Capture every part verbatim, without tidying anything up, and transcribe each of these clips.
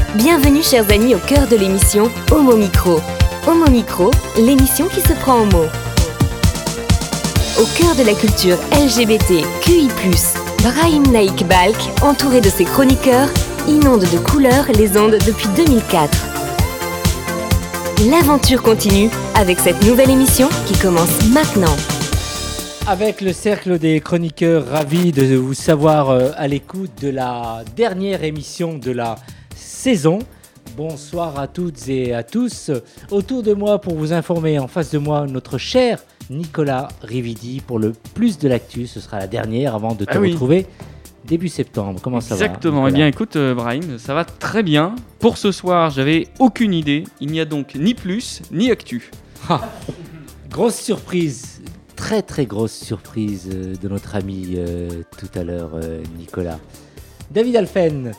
Bienvenue chers amis au cœur de l'émission Homo Micro. Homo Micro, l'émission qui se prend en mots. Au cœur de la culture L G B T Q I plus, Brahim Naik Balk, entouré de ses chroniqueurs, inonde de couleurs les ondes depuis deux mille quatre. L'aventure continue avec cette nouvelle émission qui commence maintenant. Avec le cercle des chroniqueurs, ravis de vous savoir euh, à l'écoute de la dernière émission de la saison. Bonsoir à toutes et à tous. Autour de moi pour vous informer, en face de moi, notre cher Nicolas Rividi pour le plus de l'actu. Ce sera la dernière avant de te ah oui. retrouver début septembre. Comment ça Exactement. va Exactement. Eh bien, écoute, euh, Brahim, ça va très bien. Pour ce soir, j'avais aucune idée. Il n'y a donc ni plus ni actu. Grosse surprise. Très très grosse surprise euh, de notre ami euh, tout à l'heure, euh, Nicolas. David Alphen,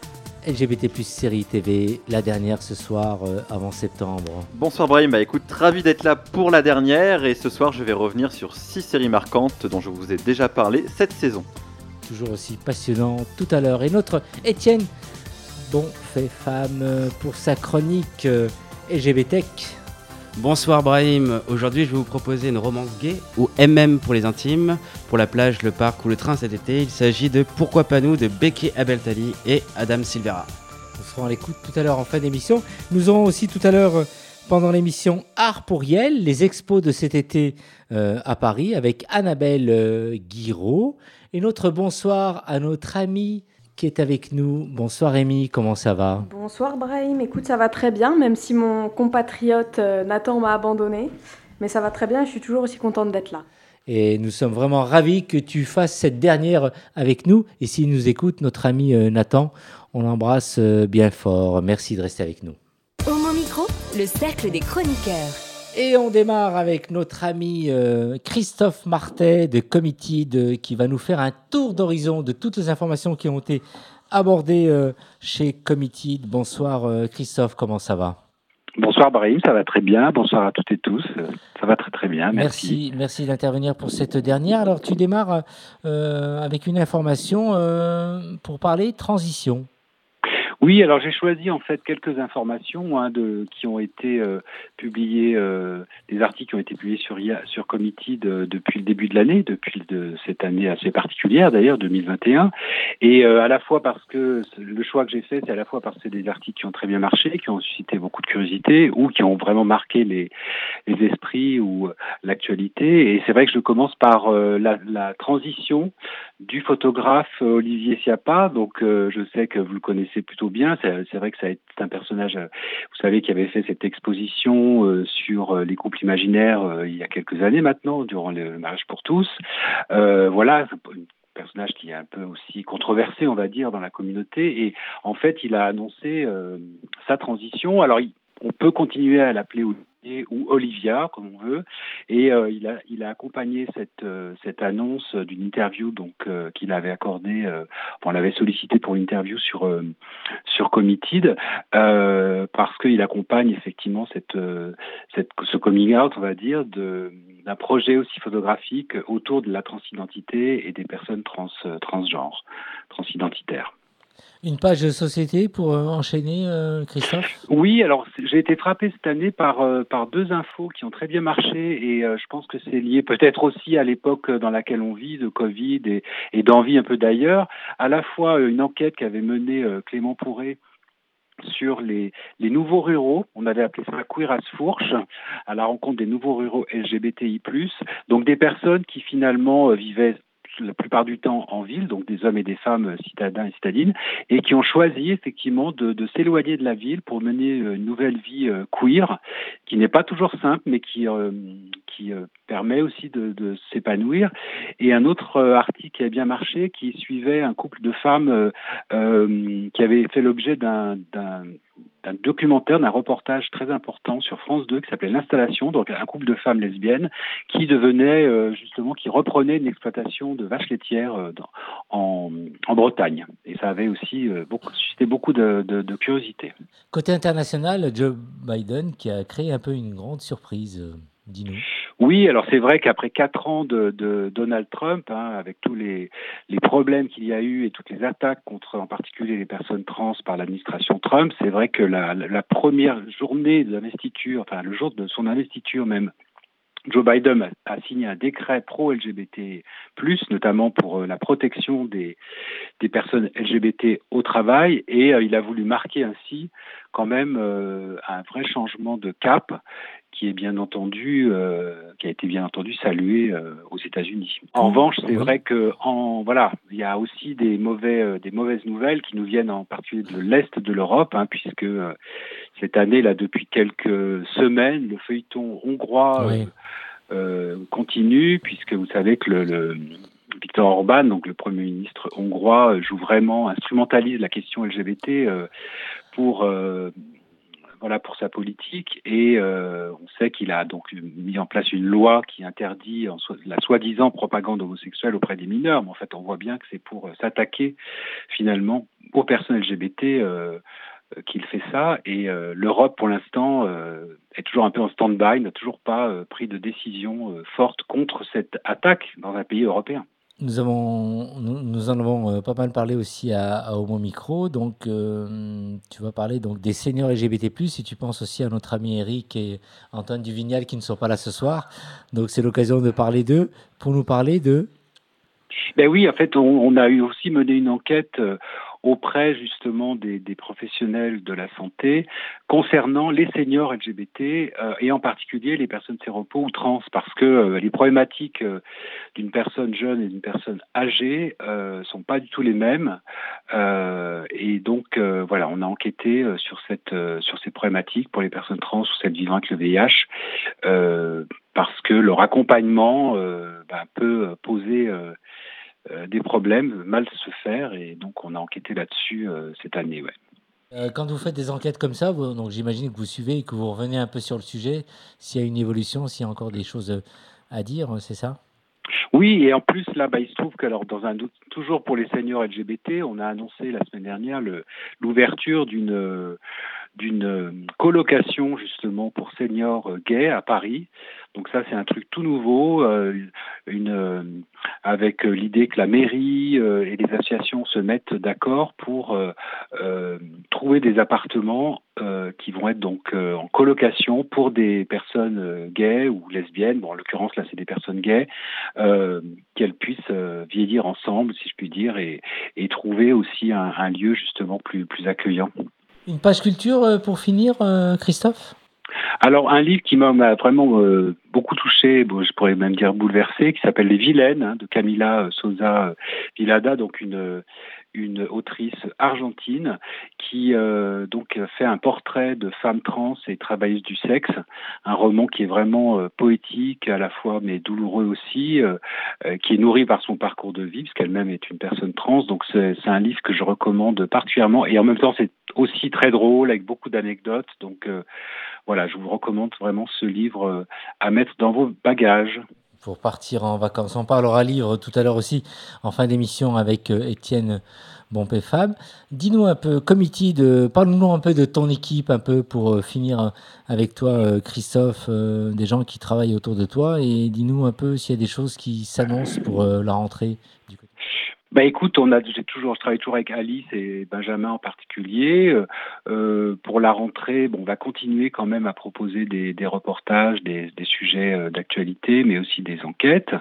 L G B T plus série T V, la dernière ce soir euh, avant septembre. Bonsoir Brahim, bah écoute, ravi d'être là pour la dernière et ce soir je vais revenir sur six séries marquantes dont je vous ai déjà parlé cette saison. Toujours aussi passionnant tout à l'heure. Et notre Étienne, bon fait femme pour sa chronique euh, L G B T Q. Bonsoir Brahim, aujourd'hui je vais vous proposer une romance gay ou M M pour les intimes, pour la plage, le parc ou le train cet été. Il s'agit de Pourquoi pas nous de Becky Abeltali et Adam Silvera. Nous serons à l'écoute tout à l'heure en fin d'émission. Nous aurons aussi tout à l'heure pendant l'émission Art pour Yel, les expos de cet été euh, à Paris avec Annabelle euh, Guiraud. Et notre bonsoir à notre ami qui est avec nous. Bonsoir Rémi, comment ça va ? Bonsoir Brahim, écoute ça va très bien, même si mon compatriote euh, Nathan m'a abandonné. Mais ça va très bien et je suis toujours aussi contente d'être là. Et nous sommes vraiment ravis que tu fasses cette dernière avec nous. Et s'il nous écoute, notre ami euh, Nathan, on l'embrasse euh, bien fort. Merci de rester avec nous. Homo Micro, le cercle des chroniqueurs. Et on démarre avec notre ami euh, Christophe Martet de Committed qui va nous faire un tour d'horizon de toutes les informations qui ont été abordées euh, chez Committed. Bonsoir euh, Christophe, comment ça va ? Bonsoir Brahim, ça va très bien. Bonsoir à toutes et tous. Ça va très très bien, Merci, merci. merci d'intervenir pour cette dernière. Alors tu démarres euh, avec une information euh, pour parler transition. Oui, alors j'ai choisi en fait quelques informations hein, de, qui ont été euh, publiées, euh, des articles qui ont été publiés sur, sur Committed euh, depuis le début de l'année, depuis de cette année assez particulière d'ailleurs, deux mille vingt et un. Et euh, à la fois parce que le choix que j'ai fait, c'est à la fois parce que c'est des articles qui ont très bien marché, qui ont suscité beaucoup de curiosité ou qui ont vraiment marqué les, les esprits ou l'actualité. Et c'est vrai que je commence par euh, la, la transition du photographe Olivier Sciappa. Donc euh, je sais que vous le connaissez plutôt bien. C'est, c'est vrai que ça c'est un personnage, vous savez, qui avait fait cette exposition euh, sur les couples imaginaires euh, il y a quelques années maintenant, durant le mariage pour tous. Euh, voilà, un personnage qui est un peu aussi controversé, on va dire, dans la communauté. Et en fait, il a annoncé euh, sa transition. Alors, il, on peut continuer à l'appeler Olivier ou Olivia, comme on veut. Et euh, il a il a accompagné cette euh, cette annonce d'une interview donc euh, qu'il avait accordée. Euh, on l'avait sollicité pour une interview sur euh, sur Committed euh, parce qu'il accompagne effectivement cette euh, cette ce coming out, on va dire, de d'un projet aussi photographique autour de la transidentité et des personnes trans transgenres, transidentitaires. Une page de société pour euh, enchaîner, euh, Christophe ? Oui, alors j'ai été frappé cette année par euh, par deux infos qui ont très bien marché et euh, je pense que c'est lié peut-être aussi à l'époque dans laquelle on vit, de Covid et, et d'envie un peu d'ailleurs. À la fois euh, une enquête qu'avait menée euh, Clément Pourret sur les, les nouveaux ruraux, on avait appelé ça Queer as Fourche, à la rencontre des nouveaux ruraux L G B T I plus, donc des personnes qui finalement euh, vivaient la plupart du temps en ville, donc des hommes et des femmes citadins et citadines, et qui ont choisi effectivement de, de s'éloigner de la ville pour mener une nouvelle vie euh, queer, qui n'est pas toujours simple, mais qui, euh, qui euh, permet aussi de, de s'épanouir. Et un autre euh, article qui a bien marché, qui suivait un couple de femmes euh, euh, qui avait fait l'objet d'un, d'un d'un documentaire, d'un reportage très important sur France deux qui s'appelait L'Installation, donc un couple de femmes lesbiennes qui devenait euh, justement, qui reprenait une exploitation de vaches laitières euh, dans, en, en Bretagne. Et ça avait aussi euh, beaucoup, suscité beaucoup de, de, de curiosité. Côté international, Joe Biden qui a créé un peu une grande surprise. Dis-nous. Oui, alors c'est vrai qu'après quatre ans de, de Donald Trump, hein, avec tous les, les problèmes qu'il y a eu et toutes les attaques contre en particulier les personnes trans par l'administration Trump, c'est vrai que la, la, la première journée de l'investiture, enfin le jour de son investiture même, Joe Biden a, a signé un décret pro-L G B T plus, notamment pour euh, la protection des, des personnes L G B T au travail, et euh, il a voulu marquer ainsi quand même euh, un vrai changement de cap qui est bien entendu, euh, qui a été bien entendu salué euh, aux États-Unis. En revanche, c'est Oui. vrai que en voilà, il y a aussi des mauvais, euh, des mauvaises nouvelles qui nous viennent en particulier de l'est de l'Europe, hein, puisque euh, cette année là, depuis quelques semaines, le feuilleton hongrois Oui. euh, euh, continue, puisque vous savez que le, le Viktor Orban, donc le Premier ministre hongrois, joue vraiment, instrumentalise la question L G B T euh, pour euh, voilà pour sa politique, et euh, on sait qu'il a donc mis en place une loi qui interdit en so- la soi-disant propagande homosexuelle auprès des mineurs, mais en fait on voit bien que c'est pour euh, s'attaquer finalement aux personnes L G B T euh, qu'il fait ça, et euh, l'Europe pour l'instant euh, est toujours un peu en stand-by, n'a toujours pas euh, pris de décision euh, forte contre cette attaque dans un pays européen. Nous avons, nous, nous en avons euh, pas mal parlé aussi à, à Homo Micro. Donc, euh, tu vas parler donc des seniors L G B T plus, et tu penses aussi à notre ami Eric et Antoine Duvignal qui ne sont pas là ce soir. Donc, c'est l'occasion de parler d'eux pour nous parler de. Ben oui, en fait, on, on a eu aussi mené une enquête euh, auprès justement des, des professionnels de la santé concernant les seniors L G B T euh, et en particulier les personnes séropos ou trans, parce que euh, les problématiques euh, d'une personne jeune et d'une personne âgée euh, sont pas du tout les mêmes, euh, et donc euh, voilà, on a enquêté euh, sur cette euh, sur ces problématiques pour les personnes trans ou celles vivant avec le V I H, euh, parce que leur accompagnement euh, ben, peut poser euh, euh, des problèmes, mal se faire, et donc on a enquêté là-dessus euh, cette année. Ouais. Euh, quand vous faites des enquêtes comme ça, vous- donc j'imagine que vous suivez et que vous revenez un peu sur le sujet, s'il y a une évolution, s'il y a encore des choses euh, à dire, euh, c'est ça? Oui, et en plus, là, bah, il se trouve que, alors, dans un doute, toujours pour les seniors L G B T, on a annoncé la semaine dernière le, l'ouverture d'une, euh, d'une euh, colocation, justement, pour seniors euh, gays à Paris. Donc ça, c'est un truc tout nouveau, euh, une, euh, avec euh, l'idée que la mairie euh, et les associations se mettent d'accord pour euh, euh, trouver des appartements euh, qui vont être donc euh, en colocation pour des personnes euh, gays ou lesbiennes. Bon, en l'occurrence, là, c'est des personnes gays, euh, qu'elles puissent euh, vieillir ensemble, si je puis dire, et, et trouver aussi un, un lieu justement plus, plus accueillant. Une page culture euh, pour finir, euh, Christophe? Alors, un livre qui m'a m'a vraiment euh, beaucoup touché, bon, je pourrais même dire bouleversé, qui s'appelle Les Vilaines, hein, de Camila Sosa euh, Vilada, donc une, une autrice argentine qui euh, donc fait un portrait de femmes trans et travailleuses du sexe, un roman qui est vraiment euh, poétique à la fois, mais douloureux aussi, euh, euh, qui est nourri par son parcours de vie, puisqu'elle-même est une personne trans. Donc c'est, c'est un livre que je recommande particulièrement, et en même temps c'est aussi très drôle avec beaucoup d'anecdotes. Donc euh, voilà, je vous recommande vraiment ce livre euh, à mettre dans vos bagages. Pour partir en vacances. On parlera livre tout à l'heure aussi en fin d'émission avec euh, Étienne Bompé-Fab. Dis-nous un peu, Committee, de, parle-nous un peu de ton équipe, un peu pour euh, finir avec toi, euh, Christophe, euh, des gens qui travaillent autour de toi, et dis-nous un peu s'il y a des choses qui s'annoncent pour euh, la rentrée du côté. Bah écoute, on a, j'ai toujours, je travaille toujours avec Alice et Benjamin en particulier. Euh, pour la rentrée, bon, on va continuer quand même à proposer des, des reportages, des, des sujets euh, d'actualité, mais aussi des enquêtes.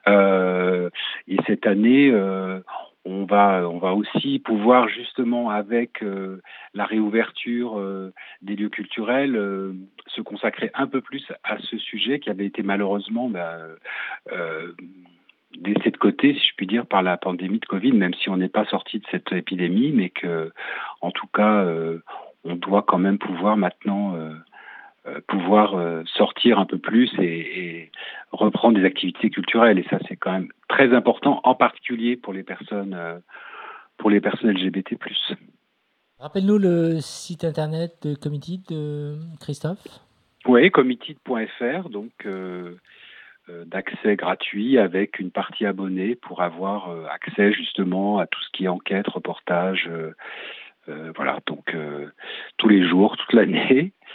Euh, et cette année, euh, on va, on va aussi pouvoir justement avec euh, la réouverture euh, des lieux culturels euh, se consacrer un peu plus à ce sujet qui avait été malheureusement bah, euh, laissé de côté, si je puis dire, par la pandémie de Covid, même si on n'est pas sorti de cette épidémie, mais que, en tout cas, euh, on doit quand même pouvoir maintenant euh, euh, pouvoir euh, sortir un peu plus et, et reprendre des activités culturelles. Et ça, c'est quand même très important, en particulier pour les personnes, euh, pour les personnes L G B T plus. Rappelle-nous le site internet de Committee de Christophe. Oui, committee point f r, donc euh, d'accès gratuit avec une partie abonnée pour avoir euh, accès justement à tout ce qui est enquête, reportage, euh, euh, voilà, donc euh, tous les jours, toute l'année.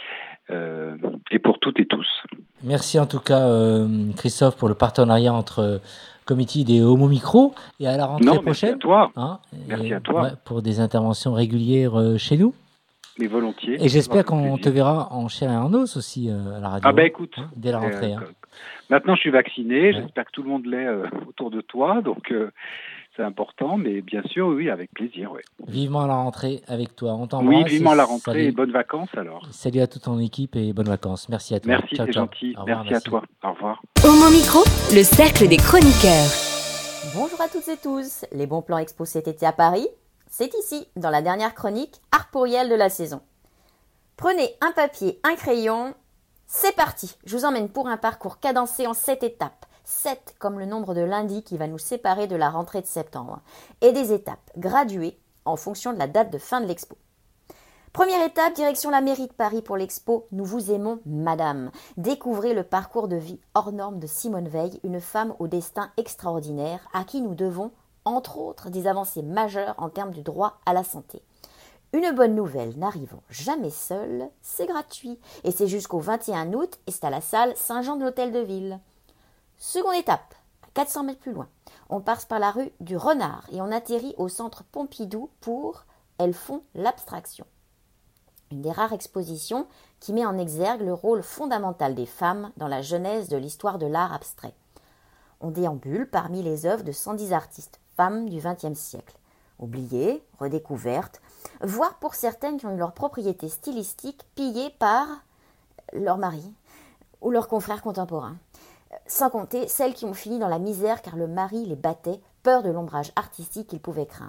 euh, et pour toutes et tous. Merci en tout cas, euh, Christophe, pour le partenariat entre Committed et Homo Micro. Et à la rentrée non, prochaine. Merci à toi. Hein, merci et, à toi. Ouais, pour des interventions régulières euh, chez nous. Mais volontiers. Et j'espère qu'on te verra en chair et en os aussi euh, à la radio. Ah ben écoute, hein, dès la rentrée. Euh, hein. Maintenant je suis vacciné, ouais. J'espère que tout le monde l'est euh, autour de toi, donc euh, c'est important, mais bien sûr, oui, avec plaisir. Ouais. Vivement la rentrée avec toi, on t'embrasse. Oui, vivement la rentrée salut. Et bonnes vacances alors. Salut à toute ton équipe et bonnes vacances. Merci à toi. Merci, ciao, c'est ciao. gentil. Revoir, merci, merci à toi. Au revoir. Homo Micro, le cercle des chroniqueurs. Bonjour à toutes et tous. Les bons plans expo cet été à Paris, c'est ici, dans la dernière chronique arporielle de la saison. Prenez un papier, un crayon, c'est parti. Je vous emmène pour un parcours cadencé en sept étapes. sept comme le nombre de lundis qui va nous séparer de la rentrée de septembre. Et des étapes graduées en fonction de la date de fin de l'expo. Première étape, direction la mairie de Paris pour l'expo « Nous vous aimons, madame ». Découvrez le parcours de vie hors norme de Simone Veil, une femme au destin extraordinaire à qui nous devons, entre autres, des avancées majeures en termes du droit à la santé. Une bonne nouvelle n'arrivant jamais seule, c'est gratuit. Et c'est jusqu'au vingt et un août et c'est à la salle Saint-Jean de l'Hôtel de Ville. Seconde étape, à quatre cents mètres plus loin. On passe par la rue du Renard et on atterrit au centre Pompidou pour « Elles font l'abstraction ». Une des rares expositions qui met en exergue le rôle fondamental des femmes dans la genèse de l'histoire de l'art abstrait. On déambule parmi les œuvres de cent dix artistes, femmes du vingtième siècle. Oubliées, redécouvertes, voire pour certaines qui ont eu leur propriété stylistique pillée par leur mari ou leurs confrères contemporains. Sans compter celles qui ont fini dans la misère car le mari les battait, peur de l'ombrage artistique qu'ils pouvaient craindre.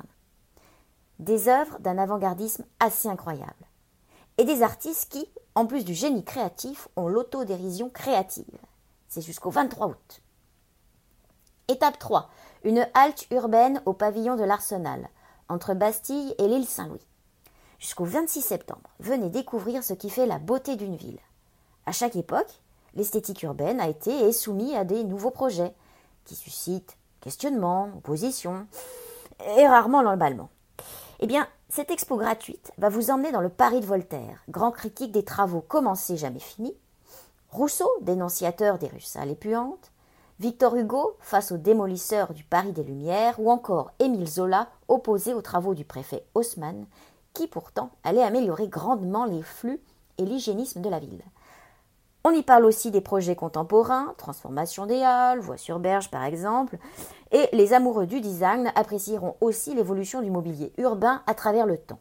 Des œuvres d'un avant-gardisme assez incroyable. Et des artistes qui, en plus du génie créatif, ont l'autodérision créative. C'est jusqu'au vingt-trois août. Étape trois. Une halte urbaine au pavillon de l'Arsenal, entre Bastille et l'île Saint-Louis. Jusqu'au vingt-six septembre, venez découvrir ce qui fait la beauté d'une ville. À chaque époque, l'esthétique urbaine a été et est soumise à des nouveaux projets, qui suscitent questionnements, oppositions, et rarement l'emballement. Eh bien, cette expo gratuite va vous emmener dans le Paris de Voltaire, grand critique des travaux commencés jamais finis, Rousseau, dénonciateur des rues sales et puantes, Victor Hugo face aux démolisseurs du Paris des Lumières, ou encore Émile Zola opposé aux travaux du préfet Haussmann, qui pourtant allait améliorer grandement les flux et l'hygiénisme de la ville. On y parle aussi des projets contemporains, transformation des halles, voies sur berge par exemple, et les amoureux du design apprécieront aussi l'évolution du mobilier urbain à travers le temps.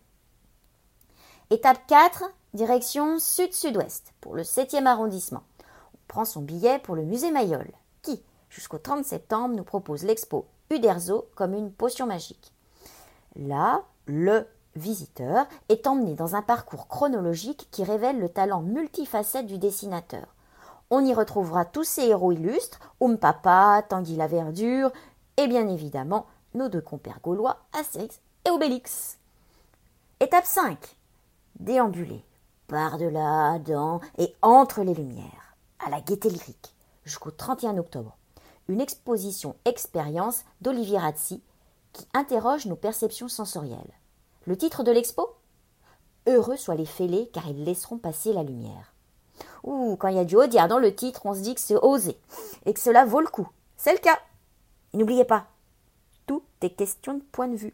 Étape quatre, direction sud-sud-ouest, pour le septième arrondissement. On prend son billet pour le musée Mayol, qui, jusqu'au trente septembre, nous propose l'expo Uderzo comme une potion magique. Là, le visiteur est emmené dans un parcours chronologique qui révèle le talent multifacette du dessinateur. On y retrouvera tous ses héros illustres, Oumpapa, Tanguy la Verdure, et bien évidemment nos deux compères gaulois, Astérix et Obélix. Étape cinq. Déambuler par-delà, dans et entre les lumières, à la Gaîté Lyrique, jusqu'au trente et un octobre. Une exposition expérience d'Olivier Razzi qui interroge nos perceptions sensorielles. Le titre de l'expo ? Heureux soient les fêlés car ils laisseront passer la lumière. Ouh, quand il y a du Audiard dans le titre, on se dit que c'est osé et que cela vaut le coup. C'est le cas. Et n'oubliez pas, tout est question de point de vue.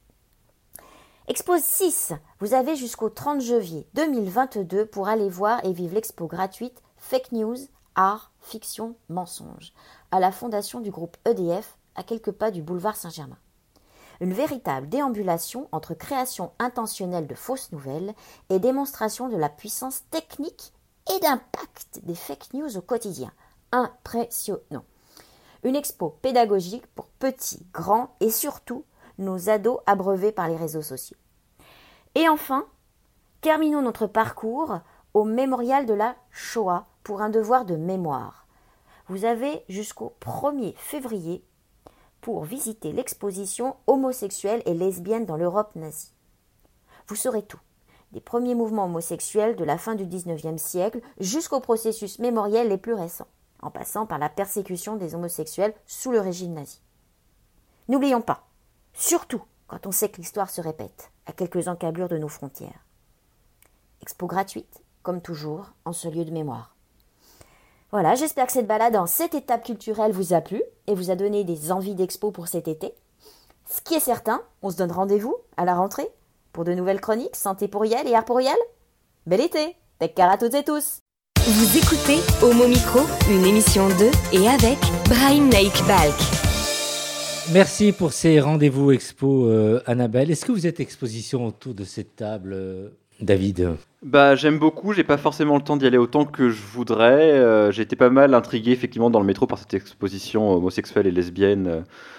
Expo six, vous avez jusqu'au trente janvier deux mille vingt-deux pour aller voir et vivre l'expo gratuite Fake News, Art, Fiction, Mensonge à la fondation du groupe E D F à quelques pas du boulevard Saint-Germain. Une véritable déambulation entre création intentionnelle de fausses nouvelles et démonstration de la puissance technique et d'impact des fake news au quotidien. Impressionnant. Une expo pédagogique pour petits, grands et surtout nos ados abreuvés par les réseaux sociaux. Et enfin, terminons notre parcours au mémorial de la Shoah pour un devoir de mémoire. Vous avez jusqu'au premier février pour visiter l'exposition homosexuelle et lesbienne dans l'Europe nazie. Vous saurez tout, des premiers mouvements homosexuels de la fin du dix-neuvième siècle jusqu'aux processus mémoriels les plus récents, en passant par la persécution des homosexuels sous le régime nazi. N'oublions pas, surtout quand on sait que l'histoire se répète à quelques encablures de nos frontières. Expo gratuite comme toujours, en ce lieu de mémoire. Voilà, j'espère que cette balade en sept étapes culturelles vous a plu et vous a donné des envies d'expo pour cet été. Ce qui est certain, on se donne rendez-vous à la rentrée pour de nouvelles chroniques santé pour Yel et art pour Yel. Bel été, take care à toutes et tous. Vous écoutez Homo Micro, une émission de et avec Brahim Naik Balk. Merci pour ces rendez-vous expo, euh, Annabelle. Est-ce que vous êtes exposition autour de cette table, euh, David ? Bah, j'aime beaucoup, j'ai pas forcément le temps d'y aller autant que je voudrais. Euh, j'ai été pas mal intrigué effectivement dans le métro par cette exposition homosexuelle et lesbienne,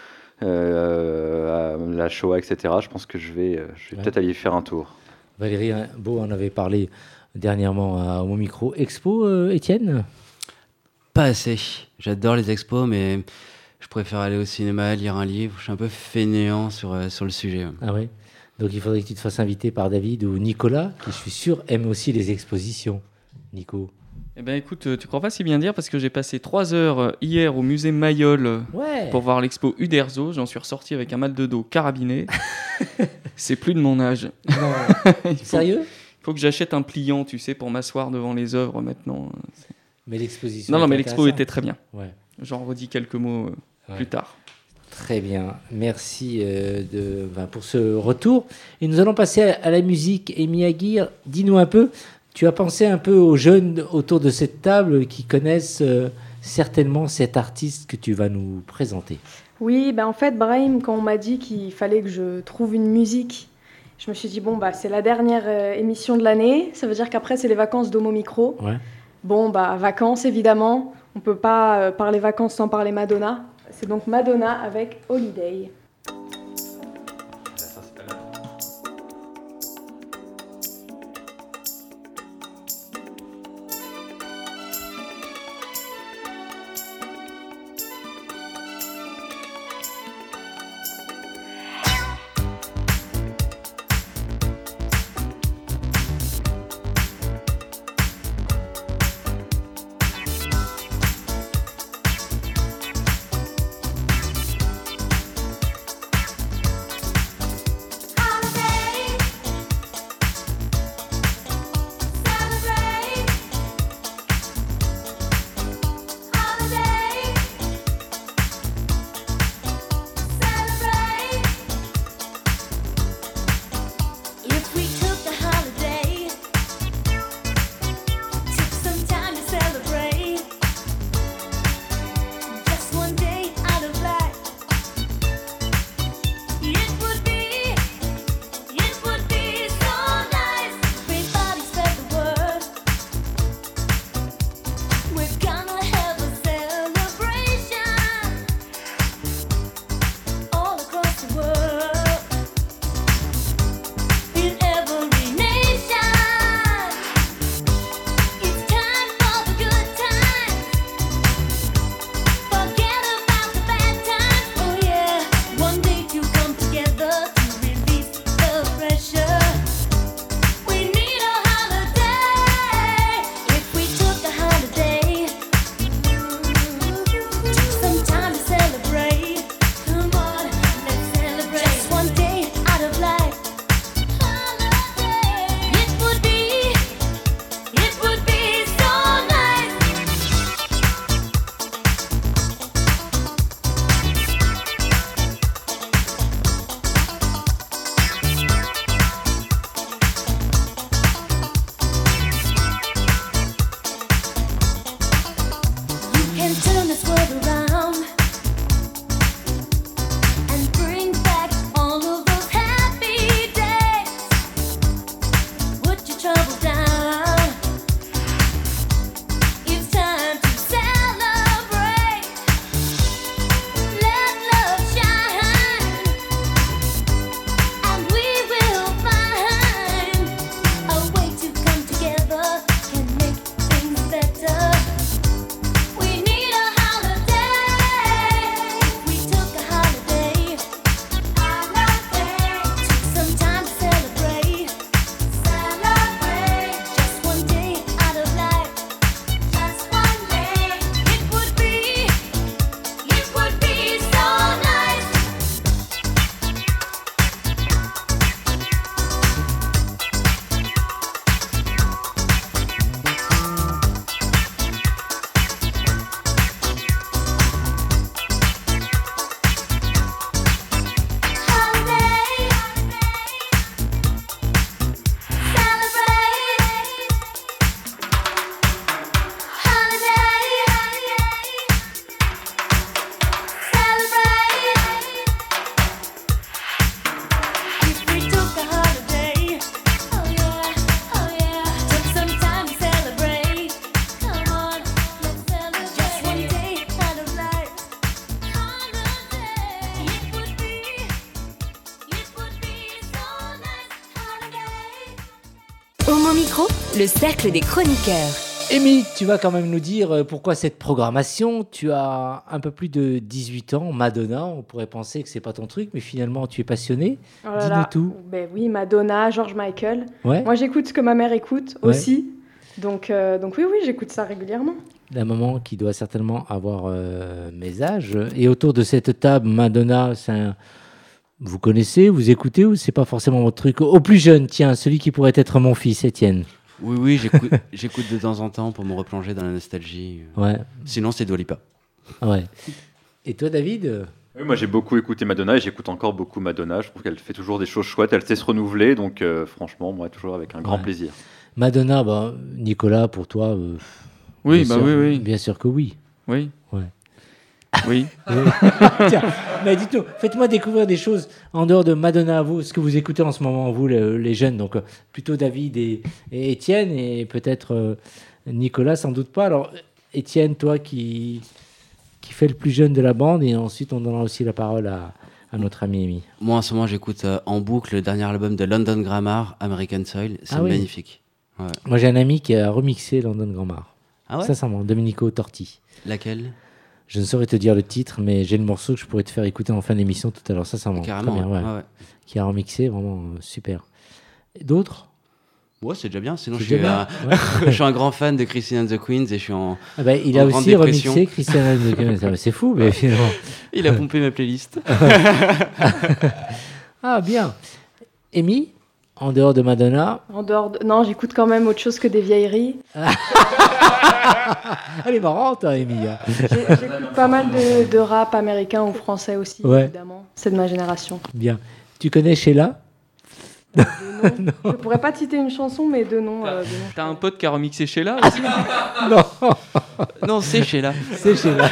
euh, à la Shoah, et cetera. Je pense que je vais, je vais Ouais. peut-être aller y faire un tour. Valérie Beau en avait parlé dernièrement à Homo Micro. Expo, euh, Étienne ? Pas assez. J'adore les expos, mais je préfère aller au cinéma, lire un livre. Je suis un peu fainéant sur, euh, sur le sujet. Ah oui. Donc il faudrait que tu te fasses inviter par David ou Nicolas, qui je suis sûr aime aussi les expositions. Nico. Eh ben écoute, euh, tu crois pas si bien dire parce que j'ai passé trois heures euh, hier au musée Mayol euh, Ouais. pour voir l'expo Uderzo. J'en suis ressorti avec un mal de dos carabiné. C'est plus de mon âge. Non. Il faut, Sérieux ? il faut que j'achète un pliant, tu sais, pour m'asseoir devant les œuvres maintenant. C'est- Mais l'exposition. Non, non, est mais l'expo intéressante. était très bien. Ouais. J'en redis quelques mots euh, Ouais. plus tard. Très bien, merci euh, de, ben, pour ce retour. Et nous allons passer à, à la musique. Et Miyagi, dis-nous un peu, tu as pensé un peu aux jeunes autour de cette table qui connaissent euh, certainement cet artiste que tu vas nous présenter. Oui, ben en fait, Brahim, quand on m'a dit qu'il fallait que je trouve une musique, je me suis dit, bon, bah, c'est la dernière euh, émission de l'année, ça veut dire qu'après, c'est les vacances d'Homo Micro. Ouais. Bon, bah, vacances, évidemment. On peut pas euh, parler vacances sans parler Madonna. C'est donc Madonna avec Holiday. Micro, le cercle des chroniqueurs. Amy, tu vas quand même nous dire pourquoi cette programmation. Tu as un peu plus de dix-huit ans, Madonna, on pourrait penser que c'est pas ton truc, mais finalement tu es passionné. Oh là Dis-nous là. tout. Ben oui, Madonna, George Michael. Ouais. Moi, j'écoute ce que ma mère écoute Ouais. aussi. Donc, euh, donc oui, oui, j'écoute ça régulièrement. La maman qui doit certainement avoir euh, mes âges. Et autour de cette table, Madonna, c'est un... vous connaissez, vous écoutez ou c'est pas forcément votre truc? Au plus jeune, tiens, celui qui pourrait être mon fils, Étienne. Oui, oui, j'écoute, j'écoute de temps en temps pour me replonger dans la nostalgie. Ouais, Sinon, c'est Dua Lipa. ouais. Et toi, David? Oui, moi j'ai beaucoup écouté Madonna et j'écoute encore beaucoup Madonna. Je trouve qu'elle fait toujours des choses chouettes, elle sait se renouveler, donc euh, franchement, moi toujours avec un grand Ouais. plaisir. Madonna, bah, Nicolas, pour toi euh, Oui, bien bah sûr, oui, oui. Bien sûr que oui. Oui. Ouais. Oui. Tiens, mais dites-nous, faites-moi découvrir des choses en dehors de Madonna, vous, ce que vous écoutez en ce moment, vous, le- les jeunes, donc euh, plutôt David et, et Étienne, et peut-être euh, Nicolas, sans doute pas. Alors, Étienne, toi qui, qui fait le plus jeune de la bande, et ensuite on donnera aussi la parole à, à notre ami Amy. Moi, en ce moment, j'écoute euh, en boucle le dernier album de London Grammar, American Soil. C'est Ah oui. magnifique. Ouais. Moi, j'ai un ami qui a remixé London Grammar. Ah ouais Sincèrement, Domenico Torti. Laquelle? Je ne saurais te dire le titre, mais j'ai le morceau que je pourrais te faire écouter en fin d'émission tout à l'heure. Sincèrement, Carrément. très bien, ouais. ouais. Ouais. Qui a remixé, vraiment euh, super. D'autres? Ouais, c'est déjà bien. Sinon, C'est je suis, déjà euh, bien, ouais. je suis un grand fan de Christine and the Queens et je suis en. Ah bah, il En a grande aussi dépression. remixé Christian de... C'est fou, mais finalement. Il a pompé ma playlist. Ah, bien. Amy, en dehors de Madonna, En dehors de... Non, j'écoute quand même autre chose que des vieilleries. elle est marrante, hein, Amy. J'ai- J'écoute pas mal de, de rap américain ou français aussi, Ouais. évidemment. C'est de ma génération. Bien. Tu connais Sheila? De nom. Je pourrais pas te citer une chanson, mais deux noms. euh, de noms, je T'as un connais. pote qui a remixé Sheila aussi? Non, Non, c'est Sheila. c'est Sheila.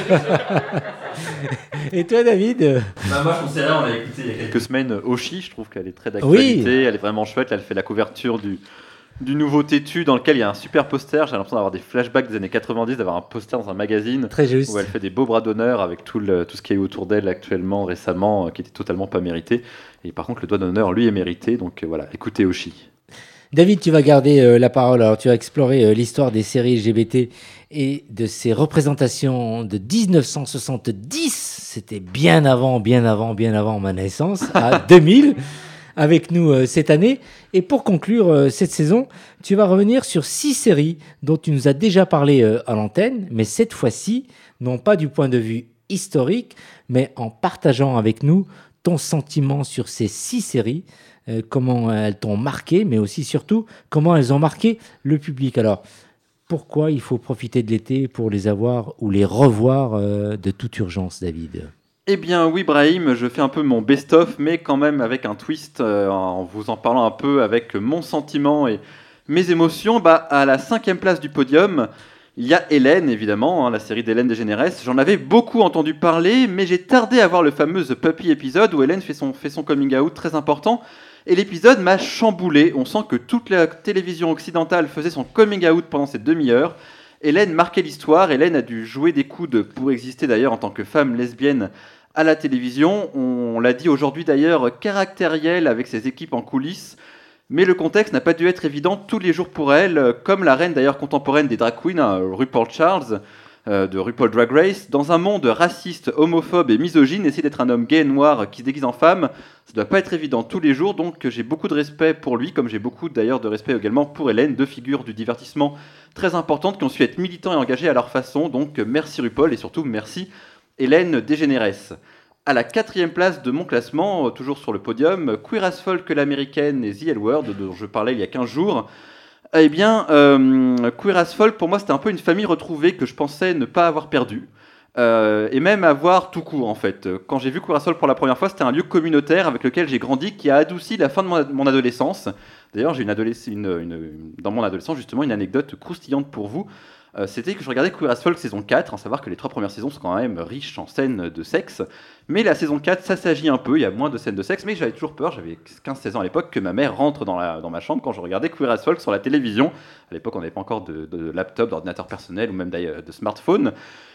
Et toi, David? Bah, moi je conseillerais, on a écouté il y a quelques semaines Oshi, je trouve qu'elle est très d'actualité, elle est vraiment chouette, là, elle fait la couverture du, du nouveau Tétu dans lequel il y a un super poster, j'ai l'impression d'avoir des flashbacks des années quatre-vingt-dix, d'avoir un poster dans un magazine. Très juste. Où elle fait des beaux bras d'honneur avec tout, le, tout ce qu'il y a eu autour d'elle actuellement, récemment, euh, qui était totalement pas mérité. Et par contre, le doigt d'honneur, lui, est mérité. Donc euh, voilà, écoutez Oshi. David, tu vas garder euh, la parole. Alors, tu vas explorer euh, l'histoire des séries L G B T et de ses représentations de dix-neuf cent soixante-dix. C'était bien avant, bien avant, bien avant ma naissance, à deux mille, avec nous euh, cette année. Et pour conclure euh, cette saison, tu vas revenir sur six séries dont tu nous as déjà parlé euh, à l'antenne, mais cette fois-ci, non pas du point de vue historique, mais en partageant avec nous ton sentiment sur ces six séries, euh, comment elles t'ont marqué, mais aussi surtout comment elles ont marqué le public. Alors, pourquoi il faut profiter de l'été pour les avoir ou les revoir euh, de toute urgence, David? Eh bien oui, Brahim, je fais un peu mon best-of, mais quand même avec un twist, euh, en vous en parlant un peu avec mon sentiment et mes émotions. Bah, à la cinquième place du podium, il y a Hélène, évidemment, hein, la série d'Hélène DeGeneres. J'en avais beaucoup entendu parler, mais j'ai tardé à voir le fameux The Puppy épisode où Hélène fait son, fait son coming out très important. Et l'épisode m'a chamboulé. On sent que toute la télévision occidentale faisait son coming out pendant cette demi-heure. Hélène marquait l'histoire. Hélène a dû jouer des coudes pour exister d'ailleurs en tant que femme lesbienne à la télévision. On l'a dit aujourd'hui d'ailleurs, caractérielle avec ses équipes en coulisses. Mais le contexte n'a pas dû être évident tous les jours pour elle, comme la reine d'ailleurs contemporaine des drag queens, hein, RuPaul Charles, euh, de RuPaul Drag Race. Dans un monde raciste, homophobe et misogyne, essayer d'être un homme gay et noir qui se déguise en femme, ça ne doit pas être évident tous les jours, donc j'ai beaucoup de respect pour lui, comme j'ai beaucoup d'ailleurs de respect également pour Hélène, deux figures du divertissement très importantes qui ont su être militants et engagés à leur façon, donc merci RuPaul et surtout merci Hélène DeGeneres. À la quatrième place de mon classement, toujours sur le podium, Queer as Folk, l'américaine et The L Word, dont je parlais il y a quinze jours. Eh bien, euh, Queer as Folk, pour moi, c'était un peu une famille retrouvée que je pensais ne pas avoir perdue. Euh, et même avoir tout court, en fait. Quand j'ai vu Queer as Folk pour la première fois, c'était un lieu communautaire avec lequel j'ai grandi, qui a adouci la fin de mon, mon adolescence. D'ailleurs, j'ai une adolesc- une, une, une, dans mon adolescence, justement, une anecdote croustillante pour vous. Euh, c'était que je regardais Queer as Folk saison quatre, à savoir que les trois premières saisons sont quand même riches en scènes de sexe, mais la saison quatre, ça s'agit un peu, il y a moins de scènes de sexe, mais j'avais toujours peur, j'avais quinze seize ans à l'époque, que ma mère rentre dans, la, dans ma chambre quand je regardais Queer as Folk sur la télévision. À l'époque, on n'avait pas encore de, de laptop, d'ordinateur personnel ou même d'ailleurs de smartphone.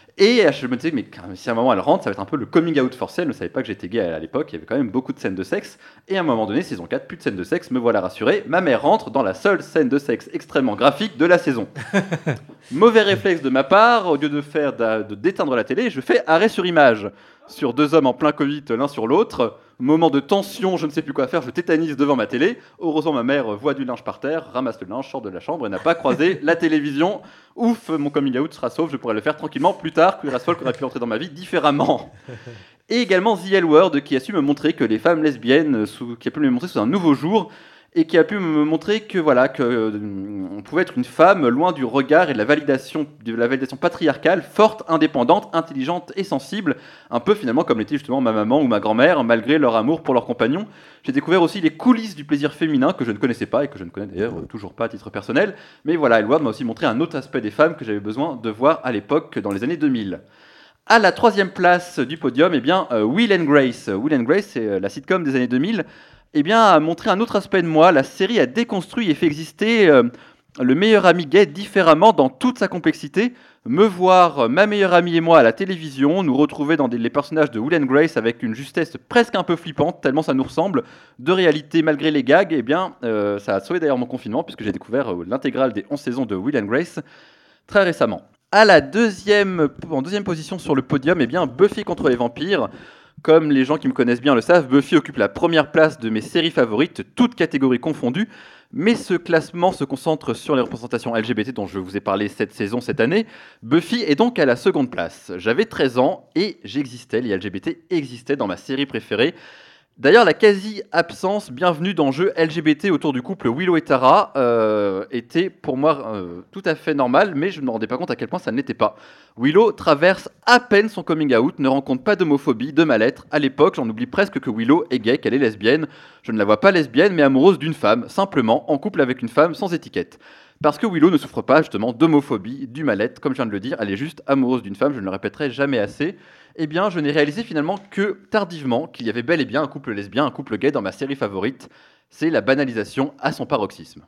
Et je me disais, mais si à un moment elle rentre, ça va être un peu le coming out forcé. Elle ne savait pas que j'étais gay à l'époque. Il y avait quand même beaucoup de scènes de sexe. Et à un moment donné, saison quatre, plus de scènes de sexe. Me voilà rassuré. Ma mère rentre dans la seule scène de sexe extrêmement graphique de la saison. Mauvais réflexe de ma part. Au lieu de faire de, de d'éteindre la télé, je fais arrêt sur image. Sur deux hommes en plein Covid, l'un sur l'autre. Moment de tension, je ne sais plus quoi faire, je tétanise devant ma télé. Heureusement, ma mère voit du linge par terre, ramasse le linge, sort de la chambre et n'a pas croisé la télévision. Ouf, mon coming out sera sauf, je pourrai le faire tranquillement plus tard. Queer as Folk aurait pu entrer dans ma vie différemment. Et également The L Word, qui a su me montrer que les femmes lesbiennes, sous, qui a pu me montrer sous un nouveau jour, et qui a pu me montrer que voilà que euh, on pouvait être une femme loin du regard et de la validation de la validation patriarcale, forte, indépendante, intelligente et sensible, un peu finalement comme l'était justement ma maman ou ma grand-mère, malgré leur amour pour leurs compagnons. J'ai découvert aussi les coulisses du plaisir féminin que je ne connaissais pas et que je ne connais d'ailleurs euh, toujours pas à titre personnel. Mais voilà, Elward m'a aussi montré un autre aspect des femmes que j'avais besoin de voir à l'époque dans les années deux mille. À la troisième place du podium, eh bien, euh, Will and Grace. Will and Grace, c'est euh, la sitcom des années deux mille. Eh bien, a montré un autre aspect de moi. La série a déconstruit et fait exister euh, le meilleur ami gay différemment dans toute sa complexité. Me voir, euh, ma meilleure amie et moi à la télévision, nous retrouver dans des, les personnages de Will and Grace avec une justesse presque un peu flippante, tellement ça nous ressemble, de réalité malgré les gags. Eh bien, euh, ça a sauvé d'ailleurs mon confinement puisque j'ai découvert euh, l'intégrale des onze saisons de Will and Grace très récemment. À la deuxième, en deuxième position sur le podium, eh bien, Buffy contre les vampires. Comme les gens qui me connaissent bien le savent, Buffy occupe la première place de mes séries favorites, toutes catégories confondues. Mais ce classement se concentre sur les représentations L G B T dont je vous ai parlé cette saison, cette année. Buffy est donc à la seconde place. J'avais treize ans et j'existais, les L G B T existaient dans ma série préférée. D'ailleurs, la quasi-absence bienvenue d'enjeux L G B T autour du couple Willow et Tara euh, était pour moi euh, tout à fait normal, mais je ne me rendais pas compte à quel point ça ne l'était pas. Willow traverse à peine son coming out, ne rencontre pas d'homophobie, de mal-être. À l'époque, j'en oublie presque que Willow est gay, qu'elle est lesbienne. Je ne la vois pas lesbienne, mais amoureuse d'une femme, simplement en couple avec une femme sans étiquette. Parce que Willow ne souffre pas justement d'homophobie, du mal-être, comme je viens de le dire, elle est juste amoureuse d'une femme, je ne le répéterai jamais assez. Eh bien, je n'ai réalisé finalement que tardivement qu'il y avait bel et bien un couple lesbien, un couple gay dans ma série favorite. C'est la banalisation à son paroxysme.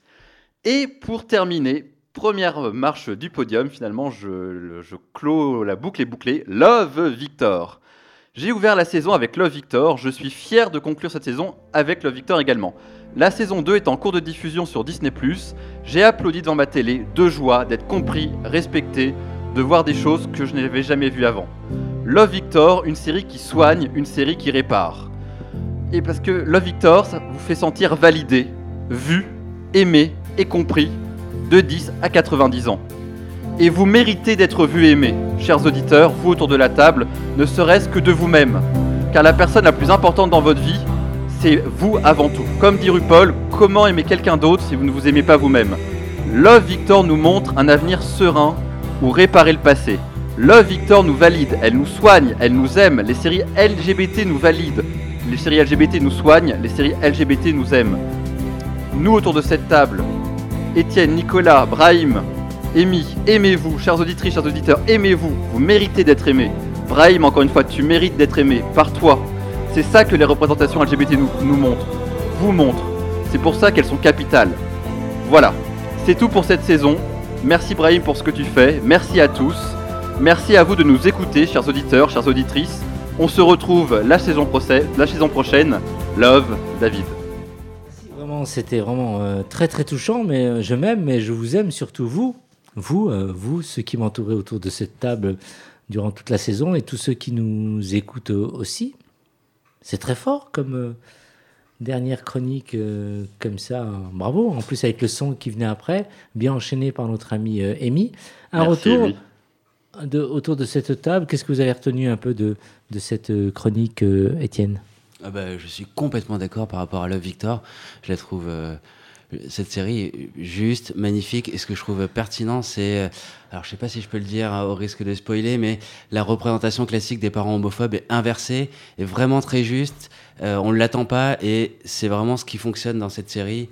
Et pour terminer, première marche du podium, finalement, je, je clôt la boucle est bouclée. Love Victor. J'ai ouvert la saison avec Love Victor. Je suis fier de conclure cette saison avec Love Victor également. La saison deux est en cours de diffusion sur Disney plus. J'ai applaudi devant ma télé, de joie d'être compris, respecté, de voir des choses que je n'avais jamais vues avant. Love Victor, une série qui soigne, une série qui répare. Et parce que Love Victor, ça vous fait sentir validé, vu, aimé et compris de dix à quatre-vingt-dix ans. Et vous méritez d'être vu et aimé, chers auditeurs, vous autour de la table, ne serait-ce que de vous-même. Car la personne la plus importante dans votre vie, c'est vous avant tout. Comme dit RuPaul, comment aimer quelqu'un d'autre si vous ne vous aimez pas vous-même ? Love Victor nous montre un avenir serein ou réparer le passé. Love Victor nous valide, elle nous soigne, elle nous aime. Les séries L G B T nous valident. Les séries L G B T nous soignent, les séries L G B T nous aiment. Nous autour de cette table, Étienne, Nicolas, Brahim, Amy, aimez-vous, chères auditrices, chers auditeurs, aimez-vous, vous méritez d'être aimés. Brahim, encore une fois, tu mérites d'être aimé par toi. C'est ça que les représentations L G B T nous, nous montrent, vous montrent. C'est pour ça qu'elles sont capitales. Voilà, c'est tout pour cette saison. Merci Brahim pour ce que tu fais, merci à tous. Merci à vous de nous écouter, chers auditeurs, chères auditrices. On se retrouve la saison, procès, la saison prochaine. Love, David. Vraiment, c'était vraiment euh, très très touchant, mais euh, je m'aime, mais je vous aime surtout vous. Vous, euh, vous, ceux qui m'entouraient autour de cette table durant toute la saison et tous ceux qui nous écoutent euh, aussi. C'est très fort comme euh, dernière chronique euh, comme ça. Bravo. En plus, avec le son qui venait après, bien enchaîné par notre ami euh, Amy. Un Merci, retour Amy. de, autour de cette table. Qu'est-ce que vous avez retenu un peu de, de cette euh, chronique, euh, Étienne ? Ah bah, je suis complètement d'accord par rapport à Love Victor. Je la trouve, euh, cette série, juste, magnifique. Et ce que je trouve pertinent, c'est, euh, alors je sais pas si je peux le dire hein, au risque de spoiler, mais la représentation classique des parents homophobes est inversée, est vraiment très juste. Euh, on ne l'attend pas et c'est vraiment ce qui fonctionne dans cette série.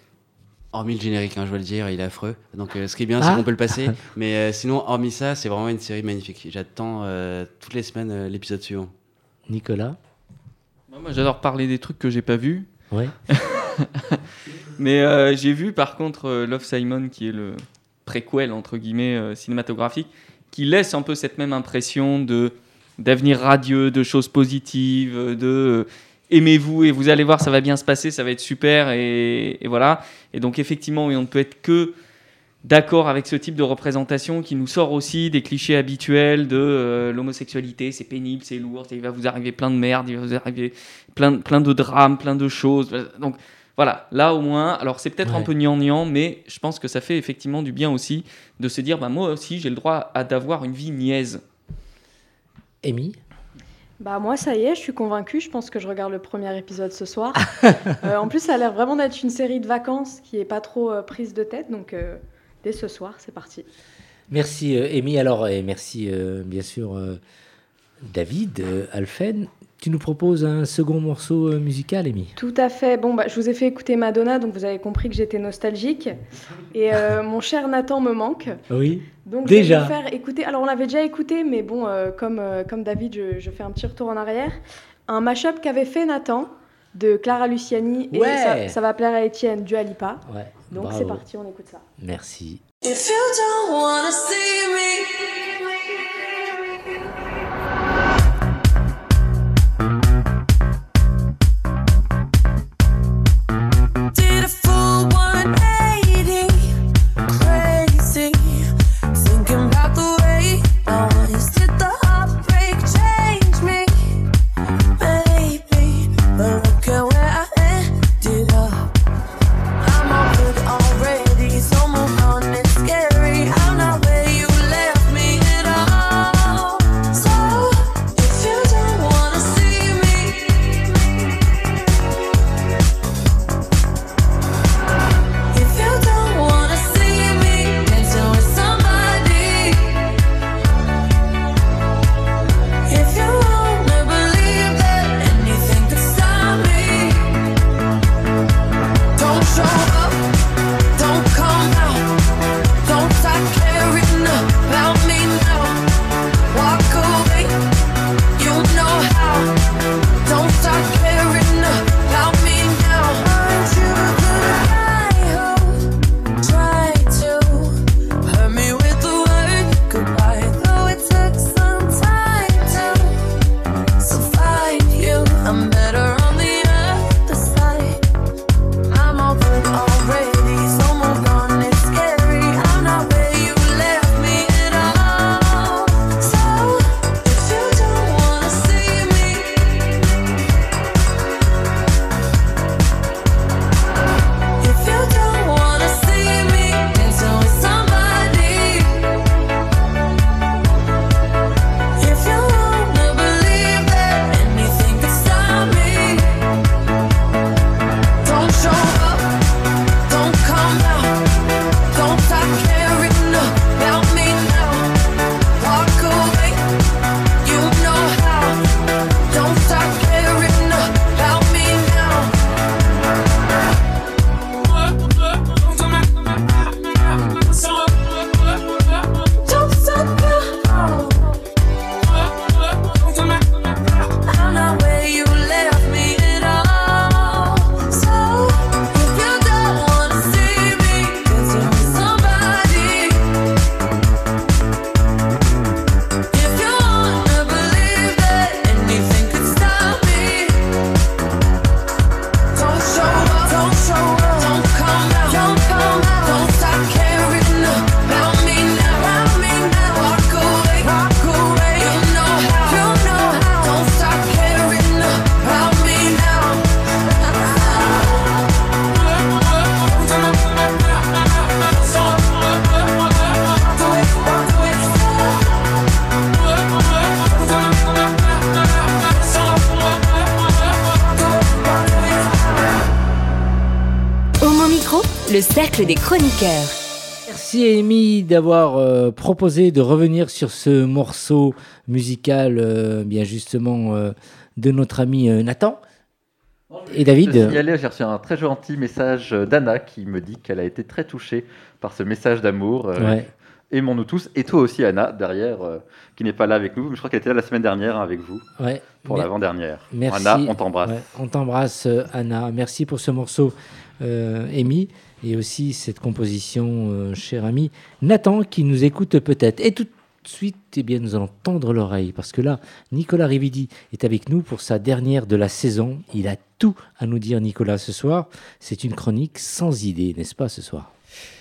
Hormis le générique, hein, je dois le dire, il est affreux. Donc euh, ce qui est bien, c'est Ah. qu'on peut le passer. Mais euh, sinon, hormis ça, c'est vraiment une série magnifique. J'attends euh, toutes les semaines euh, l'épisode suivant. Nicolas ? Moi, j'adore parler des trucs que j'ai pas vus. Ouais. Mais euh, j'ai vu par contre euh, Love Simon, qui est le préquel entre guillemets euh, cinématographique. qui laisse un peu cette même impression de, d'avenir radieux, de choses positives, de euh, aimez-vous et vous allez voir, ça va bien se passer, ça va être super, et, et voilà. Et donc effectivement, oui, on ne peut être que d'accord avec ce type de représentation qui nous sort aussi des clichés habituels de euh, l'homosexualité, c'est pénible, c'est lourd, il va vous arriver plein de merde, il va vous arriver plein, plein de drames, plein de choses. Donc voilà, là au moins, alors c'est peut-être ouais. un peu gnangnan, mais je pense que ça fait effectivement du bien aussi de se dire, bah, moi aussi j'ai le droit à, d'avoir une vie niaise. Amy ? Bah moi ça y est, je suis convaincue, je pense que je regarde le premier épisode ce soir. euh, en plus ça a l'air vraiment d'être une série de vacances qui est pas trop euh, prise de tête, donc euh, dès ce soir c'est parti. Merci euh, Amy, alors et merci euh, bien sûr euh, David, euh, Alphen. Tu nous proposes un second morceau euh, musical, Amy ? Tout à fait. Bon, bah, je vous ai fait écouter Madonna, donc vous avez compris que j'étais nostalgique. Et euh, mon cher Nathan me manque. Oui, donc, déjà. Je vais vous faire écouter. Alors, on l'avait déjà écouté, mais bon, euh, comme, euh, comme David, je, je fais un petit retour en arrière. Un mash-up qu'avait fait Nathan de Clara Luciani. Et ouais. ça, ça va plaire à Étienne, Dua Lipa. Ouais, donc, bravo. C'est parti, on écoute ça. Merci. If you don't wanna see me. Le cercle des chroniqueurs. Merci Amy d'avoir euh, proposé de revenir sur ce morceau musical, euh, bien justement, euh, de notre ami euh, Nathan. Et David. Je suis allé, j'ai reçu un très gentil message d'Anna qui me dit qu'elle a été très touchée par ce message d'amour. Euh, ouais. Aimons-nous tous. Et toi aussi, Anna, derrière, euh, qui n'est pas là avec nous. Je crois qu'elle était là la semaine dernière hein, avec vous. Ouais. Pour Mer- l'avant-dernière. Merci. Anna, on t'embrasse. Ouais, on t'embrasse, euh, Anna. Merci pour ce morceau, euh, Amy. Et aussi cette composition, euh, cher ami Nathan, qui nous écoute peut-être. Et tout de suite, eh bien, nous allons tendre l'oreille parce que là, Nicolas Rividi est avec nous pour sa dernière de la saison. Il a tout à nous dire, Nicolas, ce soir. C'est une chronique sans idée, n'est-ce pas, ce soir ?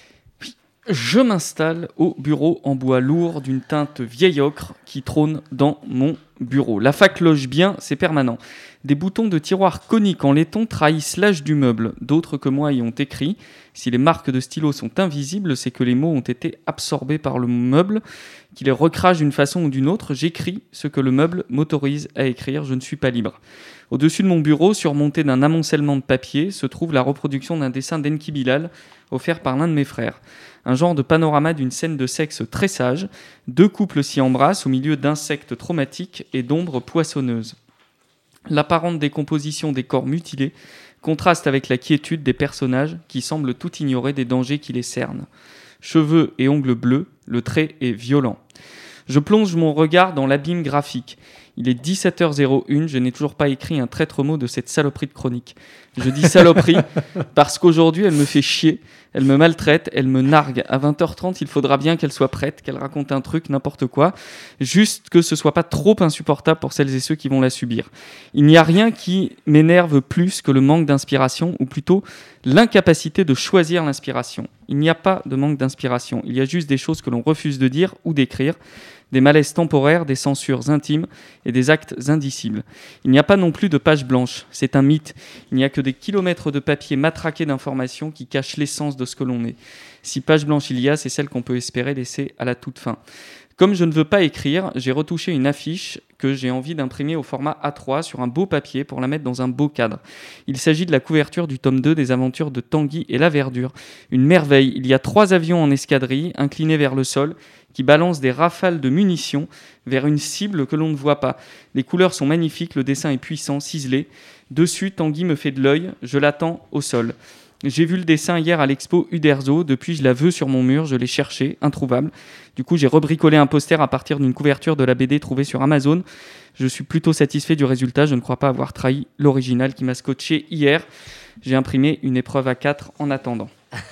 Je m'installe au bureau en bois lourd d'une teinte vieil ocre qui trône dans mon bureau. La fac loge bien, c'est permanent. Des boutons de tiroir coniques en laiton trahissent l'âge du meuble. D'autres que moi y ont écrit. Si les marques de stylo sont invisibles, c'est que les mots ont été absorbés par le meuble, qui les recrache d'une façon ou d'une autre. J'écris ce que le meuble m'autorise à écrire, je ne suis pas libre. Au-dessus de mon bureau, surmonté d'un amoncellement de papier, se trouve la reproduction d'un dessin d'Enki Bilal, offert par l'un de mes frères. Un genre de panorama d'une scène de sexe très sage. Deux couples s'y embrassent au milieu d'insectes traumatiques et d'ombres poissonneuses. L'apparente décomposition des corps mutilés contraste avec la quiétude des personnages qui semblent tout ignorer des dangers qui les cernent. Cheveux et ongles bleus, le trait est violent. Je plonge mon regard dans l'abîme graphique. Il est dix-sept heures zéro un, je n'ai toujours pas écrit un traître mot de cette saloperie de chronique. Je dis saloperie parce qu'aujourd'hui, elle me fait chier, elle me maltraite, elle me nargue. À vingt heures trente, il faudra bien qu'elle soit prête, qu'elle raconte un truc, n'importe quoi, juste que ce soit pas trop insupportable pour celles et ceux qui vont la subir. Il n'y a rien qui m'énerve plus que le manque d'inspiration, ou plutôt l'incapacité de choisir l'inspiration. Il n'y a pas de manque d'inspiration, il y a juste des choses que l'on refuse de dire ou d'écrire, des malaises temporaires, des censures intimes et des actes indicibles. Il n'y a pas non plus de page blanche, c'est un mythe. Il n'y a que des kilomètres de papier matraqués d'informations qui cachent l'essence de ce que l'on est. Si page blanche il y a, c'est celle qu'on peut espérer laisser à la toute fin. Comme je ne veux pas écrire, j'ai retouché une affiche que j'ai envie d'imprimer au format A trois sur un beau papier pour la mettre dans un beau cadre. Il s'agit de la couverture du tome deux des aventures de Tanguy et la Verdure. Une merveille, il y a trois avions en escadrille, inclinés vers le sol, qui balancent des rafales de munitions vers une cible que l'on ne voit pas. Les couleurs sont magnifiques, le dessin est puissant, ciselé. Dessus, Tanguy me fait de l'œil, je l'attends au sol. J'ai vu le dessin hier à l'expo Uderzo, depuis je la veux sur mon mur, je l'ai cherché, introuvable. Du coup, j'ai rebricolé un poster à partir d'une couverture de la B D trouvée sur Amazon. Je suis plutôt satisfait du résultat, je ne crois pas avoir trahi l'original qui m'a scotché hier. J'ai imprimé une épreuve A quatre en attendant.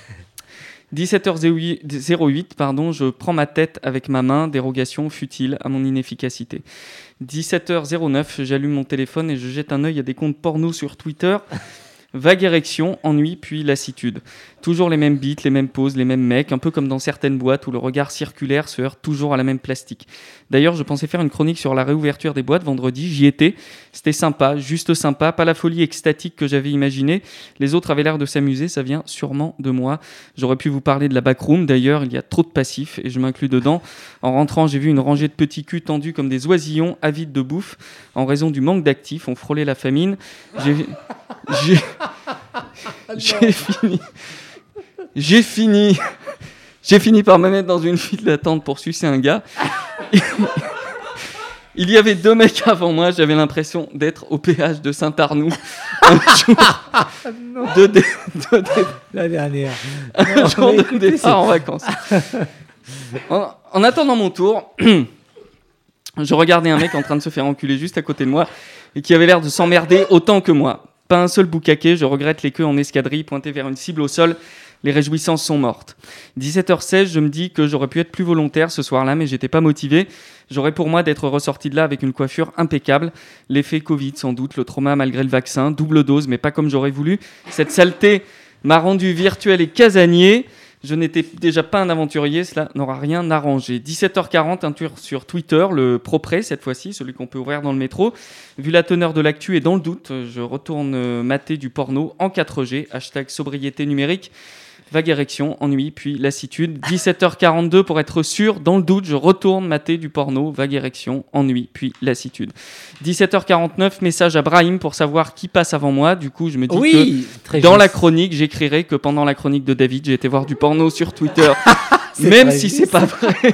dix-sept heures zéro huit, pardon, je prends ma tête avec ma main, dérogation futile à mon inefficacité. dix-sept heures zéro neuf, j'allume mon téléphone et je jette un œil à des comptes porno sur Twitter. Vague érection, ennui, puis lassitude. Toujours les mêmes beats, les mêmes poses, les mêmes mecs, un peu comme dans certaines boîtes où le regard circulaire se heurte toujours à la même plastique. D'ailleurs, je pensais faire une chronique sur la réouverture des boîtes vendredi, j'y étais. C'était sympa, juste sympa, pas la folie extatique que j'avais imaginée. Les autres avaient l'air de s'amuser, ça vient sûrement de moi. J'aurais pu vous parler de la backroom, d'ailleurs, il y a trop de passifs et je m'inclus dedans. En rentrant, j'ai vu une rangée de petits culs tendus comme des oisillons avides de bouffe. En raison du manque d'actifs, on frôlait la famine. J'ai... j'ai... j'ai fini... J'ai fini... J'ai fini par me mettre dans une file d'attente pour sucer un gars. Il y avait deux mecs avant moi, j'avais l'impression d'être au péage de Saint-Arnoux un jour de, dé... de dé... La dernière. un Non, jour mais de écoutez, départ c'est- en vacances. En, en attendant mon tour, je regardais un mec en train de se faire enculer juste à côté de moi et qui avait l'air de s'emmerder autant que moi. Pas un seul boucaquet, je regrette les queues en escadrille pointées vers une cible au sol. Les réjouissances sont mortes. dix-sept heures seize, je me dis que j'aurais pu être plus volontaire ce soir-là, mais j'étais pas motivé. J'aurais pour moi d'être ressorti de là avec une coiffure impeccable. L'effet Covid, sans doute, le trauma malgré le vaccin, double dose, mais pas comme j'aurais voulu. Cette saleté m'a rendu virtuel et casanier. Je n'étais déjà pas un aventurier, cela n'aura rien arrangé. dix-sept heures quarante, un tour sur Twitter, le Propret cette fois-ci, celui qu'on peut ouvrir dans le métro. Vu la teneur de l'actu et dans le doute, je retourne euh, mater du porno en quatre G, hashtag sobriété numérique. Vague érection, ennui, puis lassitude. dix-sept heures quarante-deux, pour être sûr, dans le doute, je retourne mater du porno, vague érection, ennui, puis lassitude. dix-sept heures quarante-neuf, message à Brahim pour savoir qui passe avant moi. Du coup, je me dis Oui, que très dans juste. la chronique, j'écrirai que pendant la chronique de David, j'ai été voir du porno sur Twitter. C'est Même très si juste. c'est pas vrai.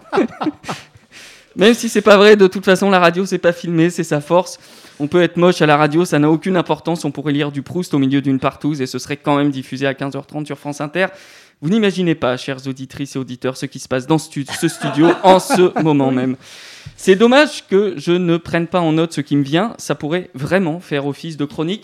Même si c'est pas vrai, de toute façon, la radio, c'est pas filmé, c'est sa force. On peut être moche à la radio, ça n'a aucune importance. On pourrait lire du Proust au milieu d'une partouze et ce serait quand même diffusé à quinze heures trente sur France Inter. Vous n'imaginez pas, chères auditrices et auditeurs, ce qui se passe dans stu- ce studio en ce moment même. C'est dommage que je ne prenne pas en note ce qui me vient. Ça pourrait vraiment faire office de chronique.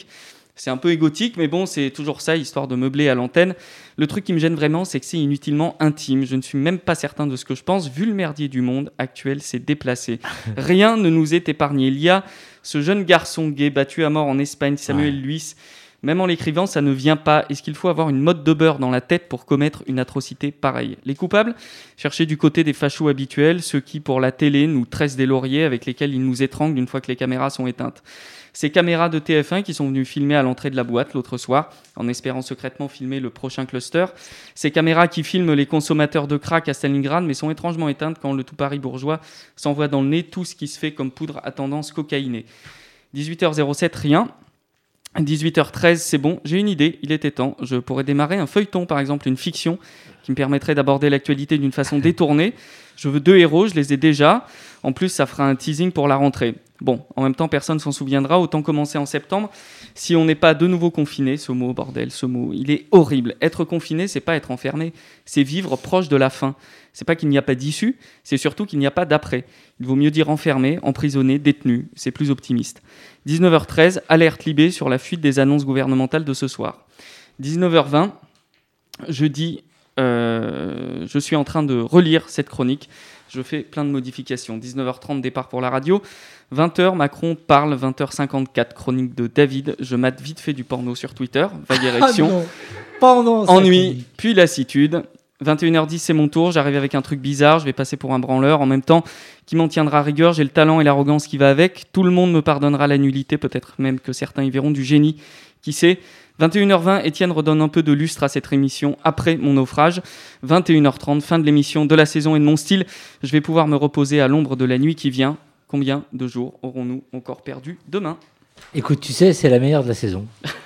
C'est un peu égotique, mais bon, c'est toujours ça, histoire de meubler à l'antenne. Le truc qui me gêne vraiment, c'est que c'est inutilement intime. Je ne suis même pas certain de ce que je pense, vu le merdier du monde actuel s'est déplacé. Rien ne nous est épargné. Il y a ce jeune garçon gay battu à mort en Espagne, Samuel ouais. Luis. Même en l'écrivant, ça ne vient pas. Est-ce qu'il faut avoir une motte de beurre dans la tête pour commettre une atrocité pareille ? Les coupables ? Cherchez du côté des fachos habituels, ceux qui, pour la télé, nous tressent des lauriers avec lesquels ils nous étranglent une fois que les caméras sont éteintes. Ces caméras de T F un qui sont venues filmer à l'entrée de la boîte l'autre soir, en espérant secrètement filmer le prochain cluster. Ces caméras qui filment les consommateurs de crack à Stalingrad, mais sont étrangement éteintes quand le tout Paris bourgeois s'envoie dans le nez tout ce qui se fait comme poudre à tendance cocaïnée. dix-huit heures zéro sept, rien. dix-huit heures treize, c'est bon, j'ai une idée, il était temps. Je pourrais démarrer un feuilleton, par exemple, une fiction, qui me permettrait d'aborder l'actualité d'une façon détournée. Je veux deux héros, je les ai déjà. En plus, ça fera un teasing pour la rentrée. Bon, en même temps, personne s'en souviendra, autant commencer en septembre. Si on n'est pas de nouveau confiné, ce mot, bordel, ce mot, il est horrible. Être confiné, c'est pas être enfermé, c'est vivre proche de la fin. C'est pas qu'il n'y a pas d'issue, c'est surtout qu'il n'y a pas d'après. Il vaut mieux dire enfermé, emprisonné, détenu, c'est plus optimiste. dix-neuf heures treize, alerte Libé sur la fuite des annonces gouvernementales de ce soir. dix-neuf heures vingt, jeudi, euh, je suis en train de relire cette chronique. Je fais plein de modifications. dix-neuf heures trente, départ pour la radio. vingt heures, Macron parle. vingt heures cinquante-quatre, chronique de David. Je mate vite fait du porno sur Twitter. Vague érection. Ah non. Pendant ennui, puis lassitude. vingt et une heures dix, c'est mon tour. J'arrive avec un truc bizarre. Je vais passer pour un branleur. En même temps, qui m'en tiendra rigueur ? J'ai le talent et l'arrogance qui va avec. Tout le monde me pardonnera la nullité. Peut-être même que certains y verront du génie. Qui sait ? vingt et une heures vingt, Étienne redonne un peu de lustre à cette émission après mon naufrage. vingt et une heures trente, fin de l'émission, de la saison et de mon style. Je vais pouvoir me reposer à l'ombre de la nuit qui vient. Combien de jours aurons-nous encore perdu demain ? Écoute, tu sais, c'est la meilleure de la saison.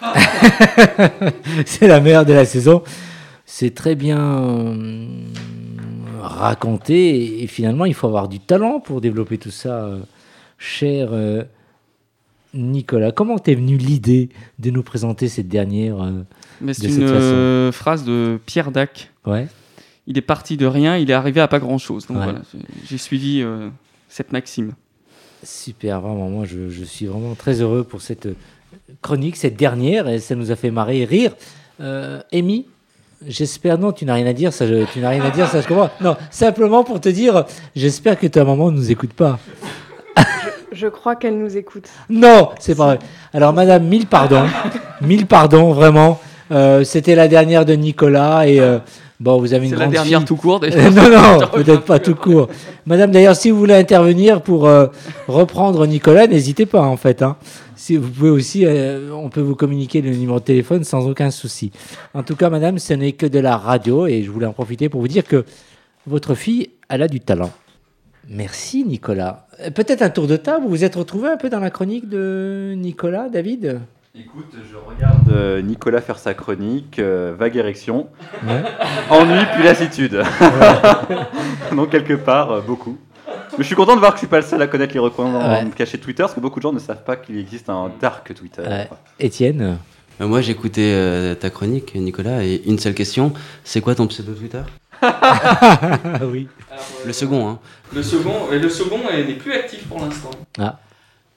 C'est la meilleure de la saison. C'est très bien euh, raconté. Et finalement, il faut avoir du talent pour développer tout ça, euh, cher... Euh, Nicolas, comment t'es venu l'idée de nous présenter cette dernière euh, Mais c'est de une cette façon euh, phrase de Pierre Dac. Ouais. Il est parti de rien, il est arrivé à pas grand-chose. Donc ouais. voilà, j'ai suivi euh, cette maxime. Super, vraiment, moi je, je suis vraiment très heureux pour cette chronique, cette dernière, et ça nous a fait marrer et rire. Euh, Amy, j'espère, non, tu n'as rien à dire, ça, je, tu n'as rien à dire, ça je comprends. Non, simplement pour te dire, j'espère que ta maman ne nous écoute pas. Je crois qu'elle nous écoute. Non, c'est pas vrai. Alors, madame, mille pardons. Mille pardons, vraiment. Euh, c'était la dernière de Nicolas. Et euh, bon, vous avez une c'est grande la dernière fille. tout court, déjà. Euh, non, non, peut-être pas tout court. Madame, d'ailleurs, si vous voulez intervenir pour euh, reprendre Nicolas, n'hésitez pas, en fait. Hein. Si vous pouvez aussi, euh, on peut vous communiquer le numéro de téléphone sans aucun souci. En tout cas, madame, ce n'est que de la radio. Et je voulais en profiter pour vous dire que votre fille, elle a du talent. Merci Nicolas. Peut-être un tour de table, vous vous êtes retrouvé un peu dans la chronique de Nicolas, David ? Écoute, je regarde euh, Nicolas faire sa chronique, euh, vague érection, ouais. Ennui puis lassitude. Ouais. Donc quelque part, euh, beaucoup. Mais je suis content de voir que je suis pas le seul à connaître les recoins ouais. cachés de Twitter, parce que beaucoup de gens ne savent pas qu'il existe un dark Twitter. Ouais. Étienne ? euh, Moi j'écoutais euh, ta chronique Nicolas, et une seule question, c'est quoi ton pseudo Twitter ? Oui. Alors, euh, le second, hein. Le second, et le second n'est plus actif pour l'instant. Ah. Passif ?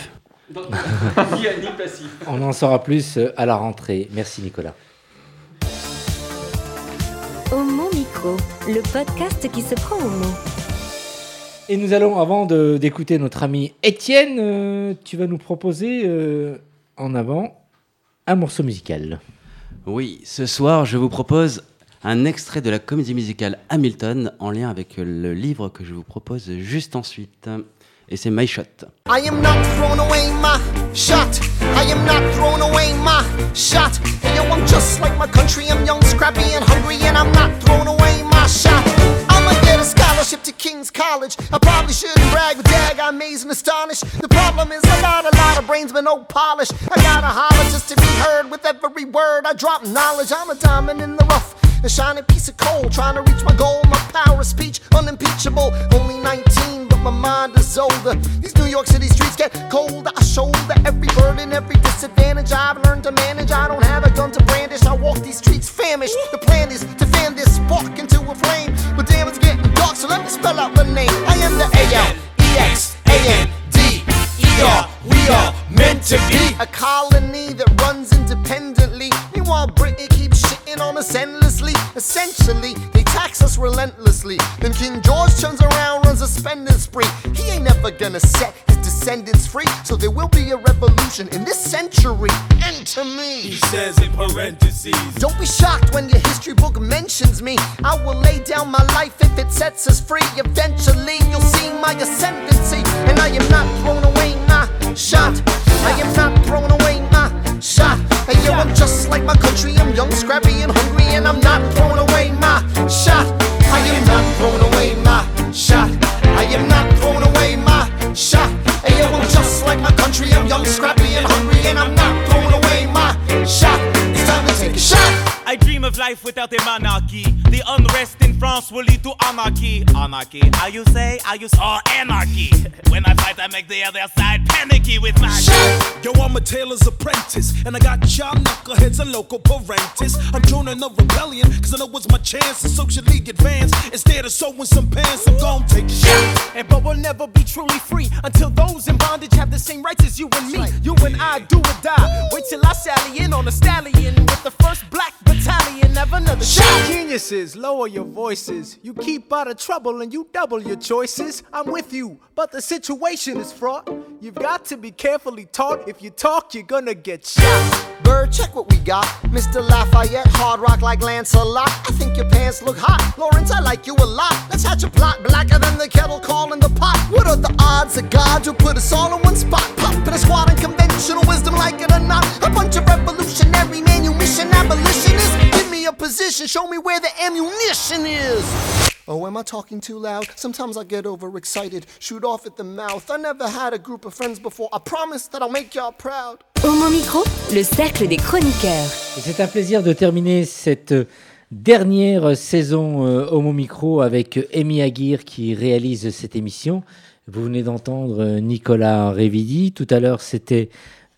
Non, ni, ni passif. On en saura plus à la rentrée. Merci Nicolas. Au Mon Micro, le podcast qui se prend au mot. Et nous allons, avant de, d'écouter notre ami Étienne, euh, tu vas nous proposer euh, en avant un morceau musical. Oui, ce soir je vous propose un extrait de la comédie musicale Hamilton en lien avec le livre que je vous propose juste ensuite. Et c'est My Shot. I am not throwing away my shot. I am not throwing away my shot. Yo, I'm just like my country. I'm young, scrappy, and hungry, and I'm not throwing away my shot. I'ma get a scholarship to King's College. I probably shouldn't brag, but dag, I'm amazed and astonished. The problem is I got a lot of brains, but no polish. I gotta holler just to be heard with every word. I drop knowledge. I'm a diamond in the rough. A shining piece of coal, trying to reach my goal. My power of speech, unimpeachable. Only nineteen, but my mind is older. These New York City streets get colder. I shoulder every burden, every disadvantage I've learned to manage. I don't have a gun to brandish. I walk these streets famished. The plan is to fan this spark into a flame. But damn, it's getting dark, so let me spell out the name. I am the A L E X A N D E R. We are men meant to be. A colony that runs independently. Meanwhile, Britain keeps shitting on us endlessly. Essentially, they tax us relentlessly. Then King George turns around, runs a spending spree. He ain't never gonna set his descendants free. So there will be a revolution in this century. Enter me. He says in parentheses. Don't be shocked when your history book mentions me. I will lay down my life if it sets us free. Eventually you'll see my ascendancy. And I am not thrown away my shot. I am not thrown away my shot. Hey yo, I'm just like my country. I'm young, scrappy and hungry. And I'm not throwing away my shot. I am not throwing away my shot. I am not throwing away my shot. Hey yo, I'm just like my country. I'm young, scrappy and hungry. And I'm not throwing away my shot. It's time to take a shot. I dream of life without a monarchy. The unrest in France will lead to anarchy. Anarchy, how you say? I use or anarchy. When I fight, I make the other side panicky with my shit. Yo, I'm a tailor's apprentice, and I got y'all knuckleheads and local parentis. I'm joining a rebellion, cause I know it's my chance to socially advance. Instead of sewing some pants, I'm gon' take a shot. And but we'll never be truly free until those in bondage have the same rights as you and me. You and I do or die. Wait till I sally in on a stallion with the first black battalion. Have another shot. Geniuses, lower your voices. You keep out of trouble and you double your choices. I'm with you, but the situation is fraught. You've got to be carefully taught. If you talk, you're gonna get shot. Bird, check what we got. Mister Lafayette, hard rock like Lancelot. I think your pants look hot. Lawrence, I like you a lot. Let's hatch a plot blacker than the kettle calling the pot. What are the odds of God will put us all in one spot? Pop in a squad and conventional wisdom, like it or not. A bunch of revolutionary manumission abolitionists. Give me a position, show me where the ammunition is. Oh, am I talking too loud? Sometimes I get overexcited, shoot off at the mouth. I never had a group of friends before. I promise that I'll make y'all proud. Homo Micro, le cercle des chroniqueurs. Et c'est un plaisir de terminer cette dernière saison euh, Homo Micro avec Amy Aguirre qui réalise cette émission. Vous venez d'entendre Nicolas Révidi. Tout à l'heure, c'était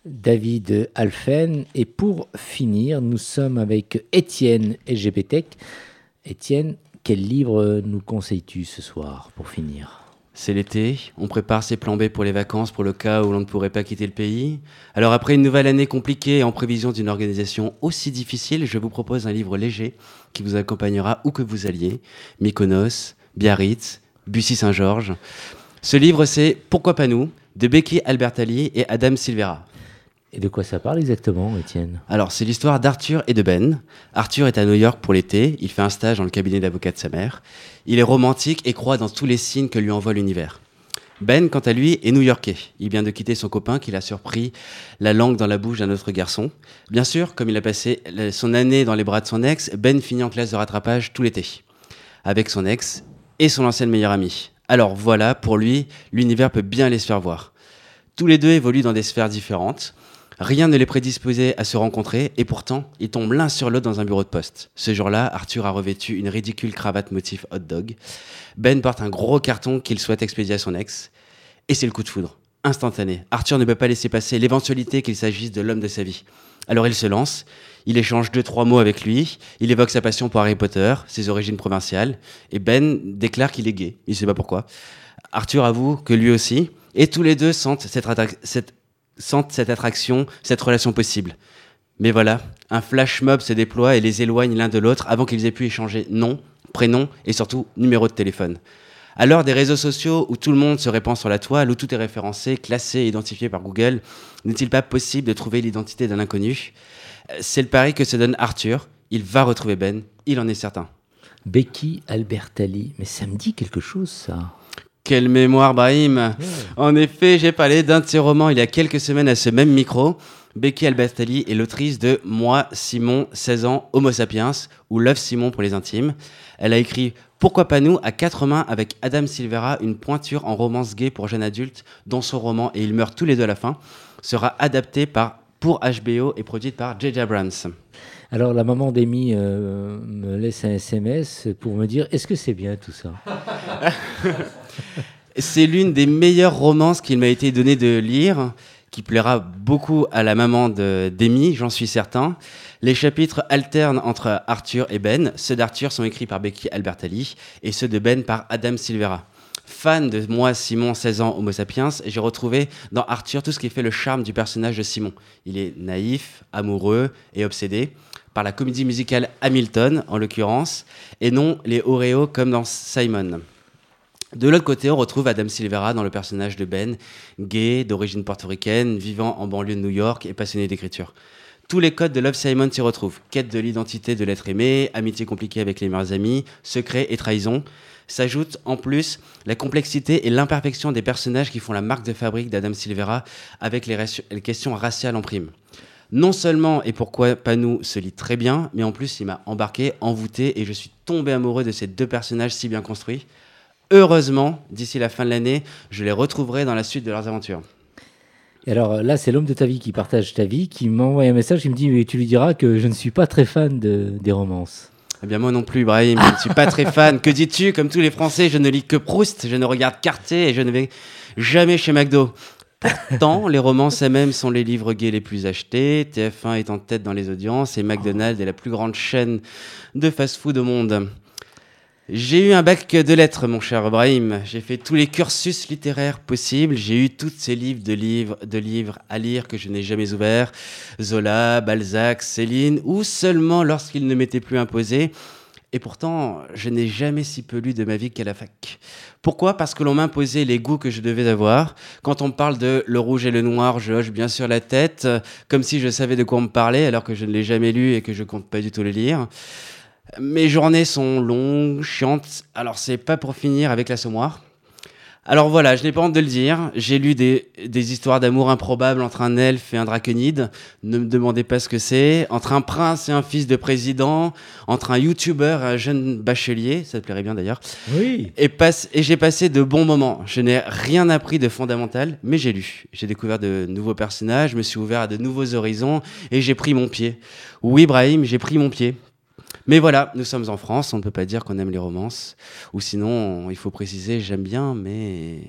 David Alphen. Et pour finir, nous sommes avec Étienne L G B T. Étienne, quel livre nous conseilles-tu ce soir pour finir ? C'est l'été, on prépare ses plans B pour les vacances pour le cas où l'on ne pourrait pas quitter le pays. Alors après une nouvelle année compliquée et en prévision d'une organisation aussi difficile, je vous propose un livre léger qui vous accompagnera où que vous alliez. Mykonos, Biarritz, Bussy-Saint-Georges. Ce livre, c'est « Pourquoi pas nous ?» de Becky Albertalli et Adam Silvera. Et de quoi ça parle exactement, Étienne ? Alors, c'est l'histoire d'Arthur et de Ben. Arthur est à New York pour l'été. Il fait un stage dans le cabinet d'avocat de sa mère. Il est romantique et croit dans tous les signes que lui envoie l'univers. Ben, quant à lui, est new-yorkais. Il vient de quitter son copain qui l'a surpris la langue dans la bouche d'un autre garçon. Bien sûr, comme il a passé son année dans les bras de son ex, Ben finit en classe de rattrapage tout l'été. Avec son ex et son ancienne meilleure amie. Alors voilà, pour lui, l'univers peut bien les se faire voir. Tous les deux évoluent dans des sphères différentes. Rien ne les prédisposait à se rencontrer, et pourtant, ils tombent l'un sur l'autre dans un bureau de poste. Ce jour-là, Arthur a revêtu une ridicule cravate motif hot dog. Ben porte un gros carton qu'il souhaite expédier à son ex. Et c'est le coup de foudre, instantané. Arthur ne peut pas laisser passer l'éventualité qu'il s'agisse de l'homme de sa vie. Alors il se lance, il échange deux, trois mots avec lui, il évoque sa passion pour Harry Potter, ses origines provinciales, et Ben déclare qu'il est gay, il ne sait pas pourquoi. Arthur avoue que lui aussi, et tous les deux sentent cette, attra- cette sentent cette attraction, cette relation possible. Mais voilà, un flash mob se déploie et les éloigne l'un de l'autre avant qu'ils aient pu échanger nom, prénom et surtout numéro de téléphone. À l'heure des réseaux sociaux où tout le monde se répand sur la toile, où tout est référencé, classé et identifié par Google, n'est-il pas possible de trouver l'identité d'un inconnu ? C'est le pari que se donne Arthur. Il va retrouver Ben, il en est certain. Becky Albertalli, mais ça me dit quelque chose ça. Quelle mémoire, Brahim. Ouais. En effet, j'ai parlé d'un de ses romans il y a quelques semaines à ce même micro. Becky Albertalli est l'autrice de « Moi, Simon, seize ans, Homo sapiens » ou « Love Simon pour les intimes ». Elle a écrit « Pourquoi pas nous » à quatre mains avec Adam Silvera, une pointure en romance gay pour jeunes adultes, dont son roman « Et ils meurent tous les deux à la fin » sera adapté par, pour H B O et produite par J J Abrams. Alors la maman d'Amy euh, me laisse un S M S pour me dire « Est-ce que c'est bien tout ça ?» C'est l'une des meilleures romances qu'il m'a été donné de lire, qui plaira beaucoup à la maman de, d'Amy, j'en suis certain. Les chapitres alternent entre Arthur et Ben. Ceux d'Arthur sont écrits par Becky Albertalli et ceux de Ben par Adam Silvera. fan de moi, Simon, seize ans, Homo sapiens, et j'ai retrouvé dans Arthur tout ce qui fait le charme du personnage de Simon. Il est naïf, amoureux et obsédé par la comédie musicale Hamilton, en l'occurrence, et non les Oreos comme dans Simon. De l'autre côté, on retrouve Adam Silvera dans le personnage de Ben, gay, d'origine portoricaine, vivant en banlieue de New York et passionné d'écriture. Tous les codes de Love Simon s'y retrouvent. Quête de l'identité de l'être aimé, amitié compliquée avec les meilleurs amis, secrets et trahison. S'ajoute en plus la complexité et l'imperfection des personnages qui font la marque de fabrique d'Adam Silvera avec les, raci- les questions raciales en prime. Non seulement Et pourquoi pas nous se lit très bien, mais en plus il m'a embarqué, envoûté et je suis tombé amoureux de ces deux personnages si bien construits. Heureusement, d'ici la fin de l'année, je les retrouverai dans la suite de leurs aventures. Et alors là, c'est l'homme de ta vie qui partage ta vie, qui m'envoie un message, qui me dit mais tu lui diras que je ne suis pas très fan de, des romances. Eh bien moi non plus, Ibrahim, je ne suis pas très fan. Que dis-tu? Comme tous les Français, je ne lis que Proust, je ne regarde qu'Arte et je ne vais jamais chez McDo. Pourtant, les romances elles-mêmes sont les livres gays les plus achetés, T F un est en tête dans les audiences et McDonald's est la plus grande chaîne de fast-food au monde. J'ai eu un bac de lettres, mon cher Ibrahim. J'ai fait tous les cursus littéraires possibles. J'ai eu tous ces livres de livres, de livres à lire que je n'ai jamais ouverts. Zola, Balzac, Céline, ou seulement lorsqu'ils ne m'étaient plus imposés. Et pourtant, je n'ai jamais si peu lu de ma vie qu'à la fac. Pourquoi ? Parce que l'on m'imposait les goûts que je devais avoir. Quand on me parle de Le Rouge et le Noir, je hoche bien sûr la tête, comme si je savais de quoi on me parlait, alors que je ne l'ai jamais lu et que je compte pas du tout le lire. Mes journées sont longues, chiantes, alors c'est pas pour finir avec l'Assommoir. Alors voilà, je n'ai pas honte de le dire, j'ai lu des, des histoires d'amour improbables entre un elfe et un draconide, ne me demandez pas ce que c'est, entre un prince et un fils de président, entre un youtubeur et un jeune bachelier, ça te plairait bien d'ailleurs. Oui. Et, passe, et j'ai passé de bons moments, je n'ai rien appris de fondamental, mais j'ai lu. J'ai découvert de nouveaux personnages, je me suis ouvert à de nouveaux horizons et j'ai pris mon pied. Oui, Brahim, j'ai pris mon pied. Mais voilà, nous sommes en France, on ne peut pas dire qu'on aime les romances. Ou sinon, il faut préciser, j'aime bien, mais...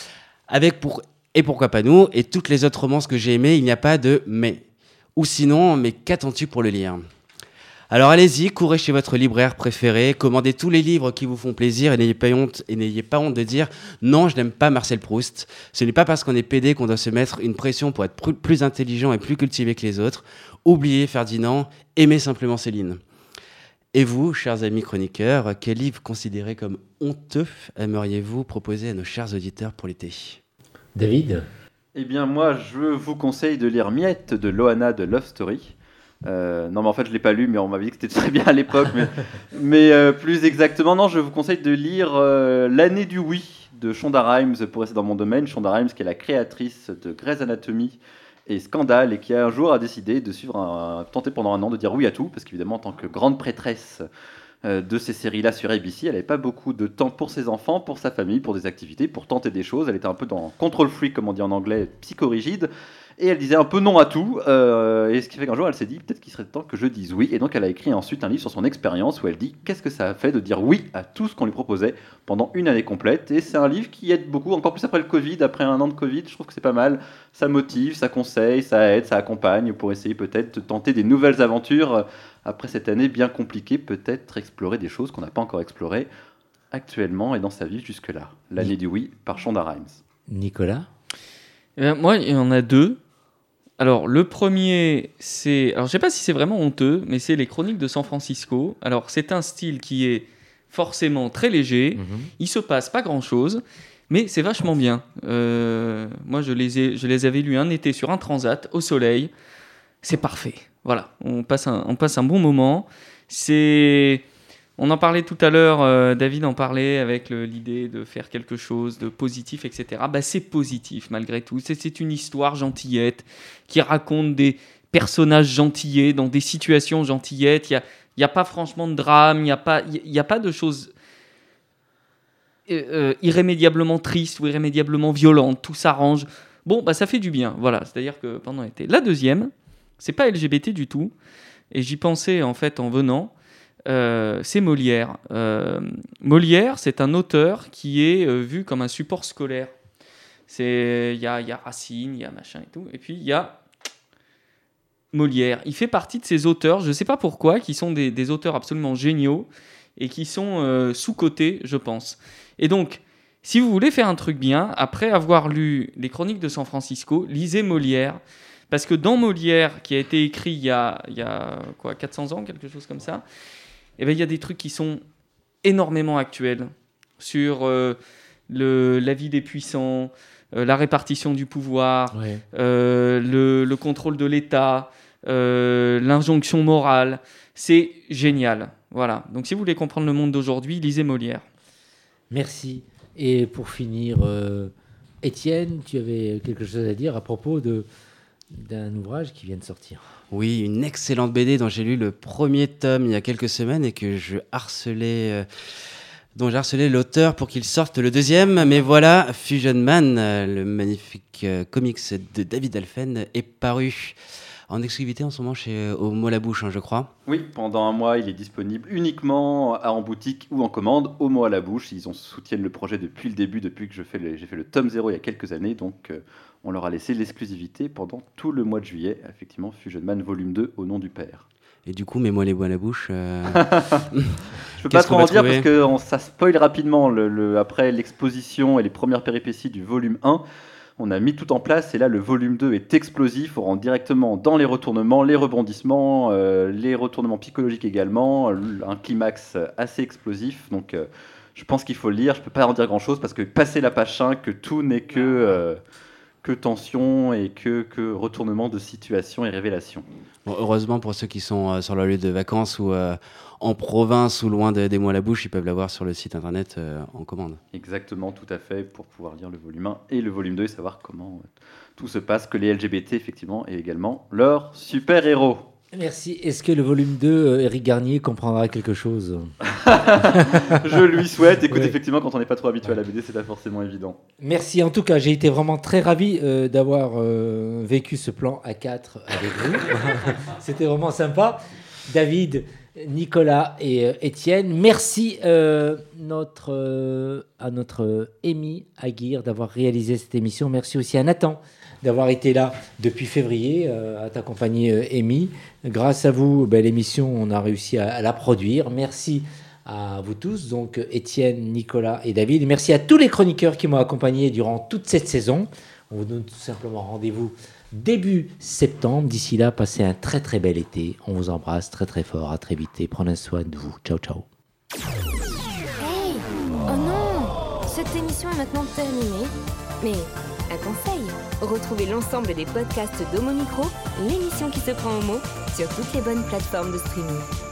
Avec pour... Et pourquoi pas nous, et toutes les autres romances que j'ai aimées, il n'y a pas de « mais ». Ou sinon, mais qu'attends-tu pour le lire ? Alors allez-y, courez chez votre libraire préféré, commandez tous les livres qui vous font plaisir et n'ayez pas honte, et n'ayez pas honte de dire « non, je n'aime pas Marcel Proust ». Ce n'est pas parce qu'on est pédé qu'on doit se mettre une pression pour être plus intelligent et plus cultivé que les autres. Oubliez Ferdinand, aimez simplement Céline. Et vous, chers amis chroniqueurs, quel livre considéré comme honteux aimeriez-vous proposer à nos chers auditeurs pour l'été ? David ? Eh bien, moi, je vous conseille de lire Miette de Loana de Love Story. Euh, non, mais en fait, je ne l'ai pas lu, mais on m'avait dit que c'était très bien à l'époque. mais mais euh, plus exactement, non, je vous conseille de lire euh, L'année du oui de Shonda Rhimes, pour rester dans mon domaine. Shonda Rhimes, qui est la créatrice de Grey's Anatomy et Scandale, et qui un jour a décidé de suivre un, tenter pendant un an de dire oui à tout, parce qu'évidemment en tant que grande prêtresse euh, de ces séries-là sur A B C, elle n'avait pas beaucoup de temps pour ses enfants, pour sa famille, pour des activités, pour tenter des choses. Elle était un peu dans control freak, comme on dit en anglais, psychorigide, et elle disait un peu non à tout, euh, et ce qui fait qu'un jour elle s'est dit peut-être qu'il serait temps que je dise oui, et donc elle a écrit ensuite un livre sur son expérience où elle dit qu'est-ce que ça a fait de dire oui à tout ce qu'on lui proposait pendant une année complète. Et c'est un livre qui aide beaucoup, encore plus après le Covid, après un an de Covid, je trouve que c'est pas mal, ça motive, ça conseille, ça aide, ça accompagne pour essayer peut-être de tenter des nouvelles aventures après cette année bien compliquée, peut-être explorer des choses qu'on n'a pas encore explorées actuellement et dans sa vie jusque-là. L'année du oui par Shonda Rhimes. Nicolas ? Eh bien, moi, il y en a deux. Alors, le premier, c'est... Alors, je ne sais pas si c'est vraiment honteux, mais c'est les Chroniques de San Francisco. Alors, c'est un style qui est forcément très léger. Mmh. Il ne se passe pas grand-chose, mais c'est vachement bien. Euh, moi, je les, ai, je les avais lus un été sur un transat, au soleil. C'est parfait. Voilà, on passe un, on passe un bon moment. C'est... On en parlait tout à l'heure, euh, David en parlait avec le, l'idée de faire quelque chose de positif, et cetera. Bah, c'est positif malgré tout. C'est, c'est une histoire gentillette qui raconte des personnages gentillets dans des situations gentillettes. Il n'y a, y a pas franchement de drame, il n'y a, a pas de choses euh, irrémédiablement tristes ou irrémédiablement violentes. Tout s'arrange. Bon, bah, ça fait du bien. Voilà, c'est-à-dire que pendant l'été. La deuxième, c'est pas L G B T du tout. Et j'y pensais en fait en venant. Euh, c'est Molière. Euh, Molière, c'est un auteur qui est euh, vu comme un support scolaire. Il y a, y a Racine, il y a machin et tout, et puis il y a Molière. Il fait partie de ces auteurs, je ne sais pas pourquoi, qui sont des, des auteurs absolument géniaux et qui sont euh, sous-cotés, je pense. Et donc, Si vous voulez faire un truc bien, après avoir lu les Chroniques de San Francisco, lisez Molière. Parce que dans Molière, qui a été écrit il y a, il y a quoi, quatre cents ans, quelque chose comme ça, eh ben, il y a des trucs qui sont énormément actuels sur euh, le, la vie des puissants, euh, la répartition du pouvoir, ouais. euh, le, le contrôle de l'État, euh, l'injonction morale. C'est génial. Voilà. Donc si vous voulez comprendre le monde d'aujourd'hui, lisez Molière. Merci. Et pour finir, euh, Étienne, tu avais quelque chose à dire à propos de... d'un ouvrage qui vient de sortir. Oui, une excellente B D dont j'ai lu le premier tome il y a quelques semaines et que je harcelais, euh, dont j'ai harcelé l'auteur pour qu'il sorte le deuxième. Mais voilà, Fusion Man, euh, le magnifique euh, comics de David Alphen, est paru en exclusivité en ce moment chez euh, Au mot à la bouche, hein, je crois. Oui, pendant un mois, il est disponible uniquement en boutique ou en commande, Au mot à la bouche. Ils ont, soutiennent le projet depuis le début, depuis que je fais le, j'ai fait le tome zéro il y a quelques années, donc... Euh, on leur a laissé l'exclusivité pendant tout le mois de juillet. Effectivement, Fusion Man volume deux, Au nom du père. Et du coup, mets-moi les mots à la bouche. Euh... Je peux pas trop en dire parce que on, ça spoil rapidement. Le, le, après l'exposition et les premières péripéties du volume un, on a mis tout en place. Et là, le volume deux est explosif. On rentre directement dans les retournements, les rebondissements, euh, les retournements psychologiques également. Un climax assez explosif. Donc, euh, je pense qu'il faut le lire. Je peux pas en dire grand-chose parce que passer la page cinq, que tout n'est que... Euh, que tension et que, que retournement de situation et révélation. Bon, heureusement pour ceux qui sont euh, sur leur lieu de vacances ou euh, en province ou loin de, des mots à la bouche, ils peuvent l'avoir sur le site internet euh, en commande. Exactement, tout à fait, pour pouvoir lire le volume un et le volume deux et savoir comment euh, tout se passe, que les L G B T, effectivement, et également leurs super-héros. Merci. Est-ce que le volume deux, Éric Garnier comprendra quelque chose ? Je lui souhaite. Écoute, ouais. Effectivement, quand on n'est pas trop habitué à la B D, c'est pas forcément évident. Merci. En tout cas, j'ai été vraiment très ravi euh, d'avoir euh, vécu ce plan à quatre avec vous. C'était vraiment sympa. David, Nicolas et euh, Étienne, merci euh, notre, euh, à notre Amy Aguirre d'avoir réalisé cette émission. Merci aussi à Nathan d'avoir été là depuis février euh, à t'accompagner, euh, Amy. Grâce à vous, ben, l'émission, on a réussi à, à la produire. Merci à vous tous, donc Étienne, Nicolas et David. Merci à tous les chroniqueurs qui m'ont accompagné durant toute cette saison. On vous donne tout simplement rendez-vous début septembre. D'ici là, passez un très très bel été. On vous embrasse très très fort. À très vite et prenez soin de vous. Ciao, ciao. Hey! Oh non! Cette émission est maintenant terminée. Mais un conseil, retrouvez l'ensemble des podcasts d'Homo Micro, l'émission qui se prend au mot, sur toutes les bonnes plateformes de streaming.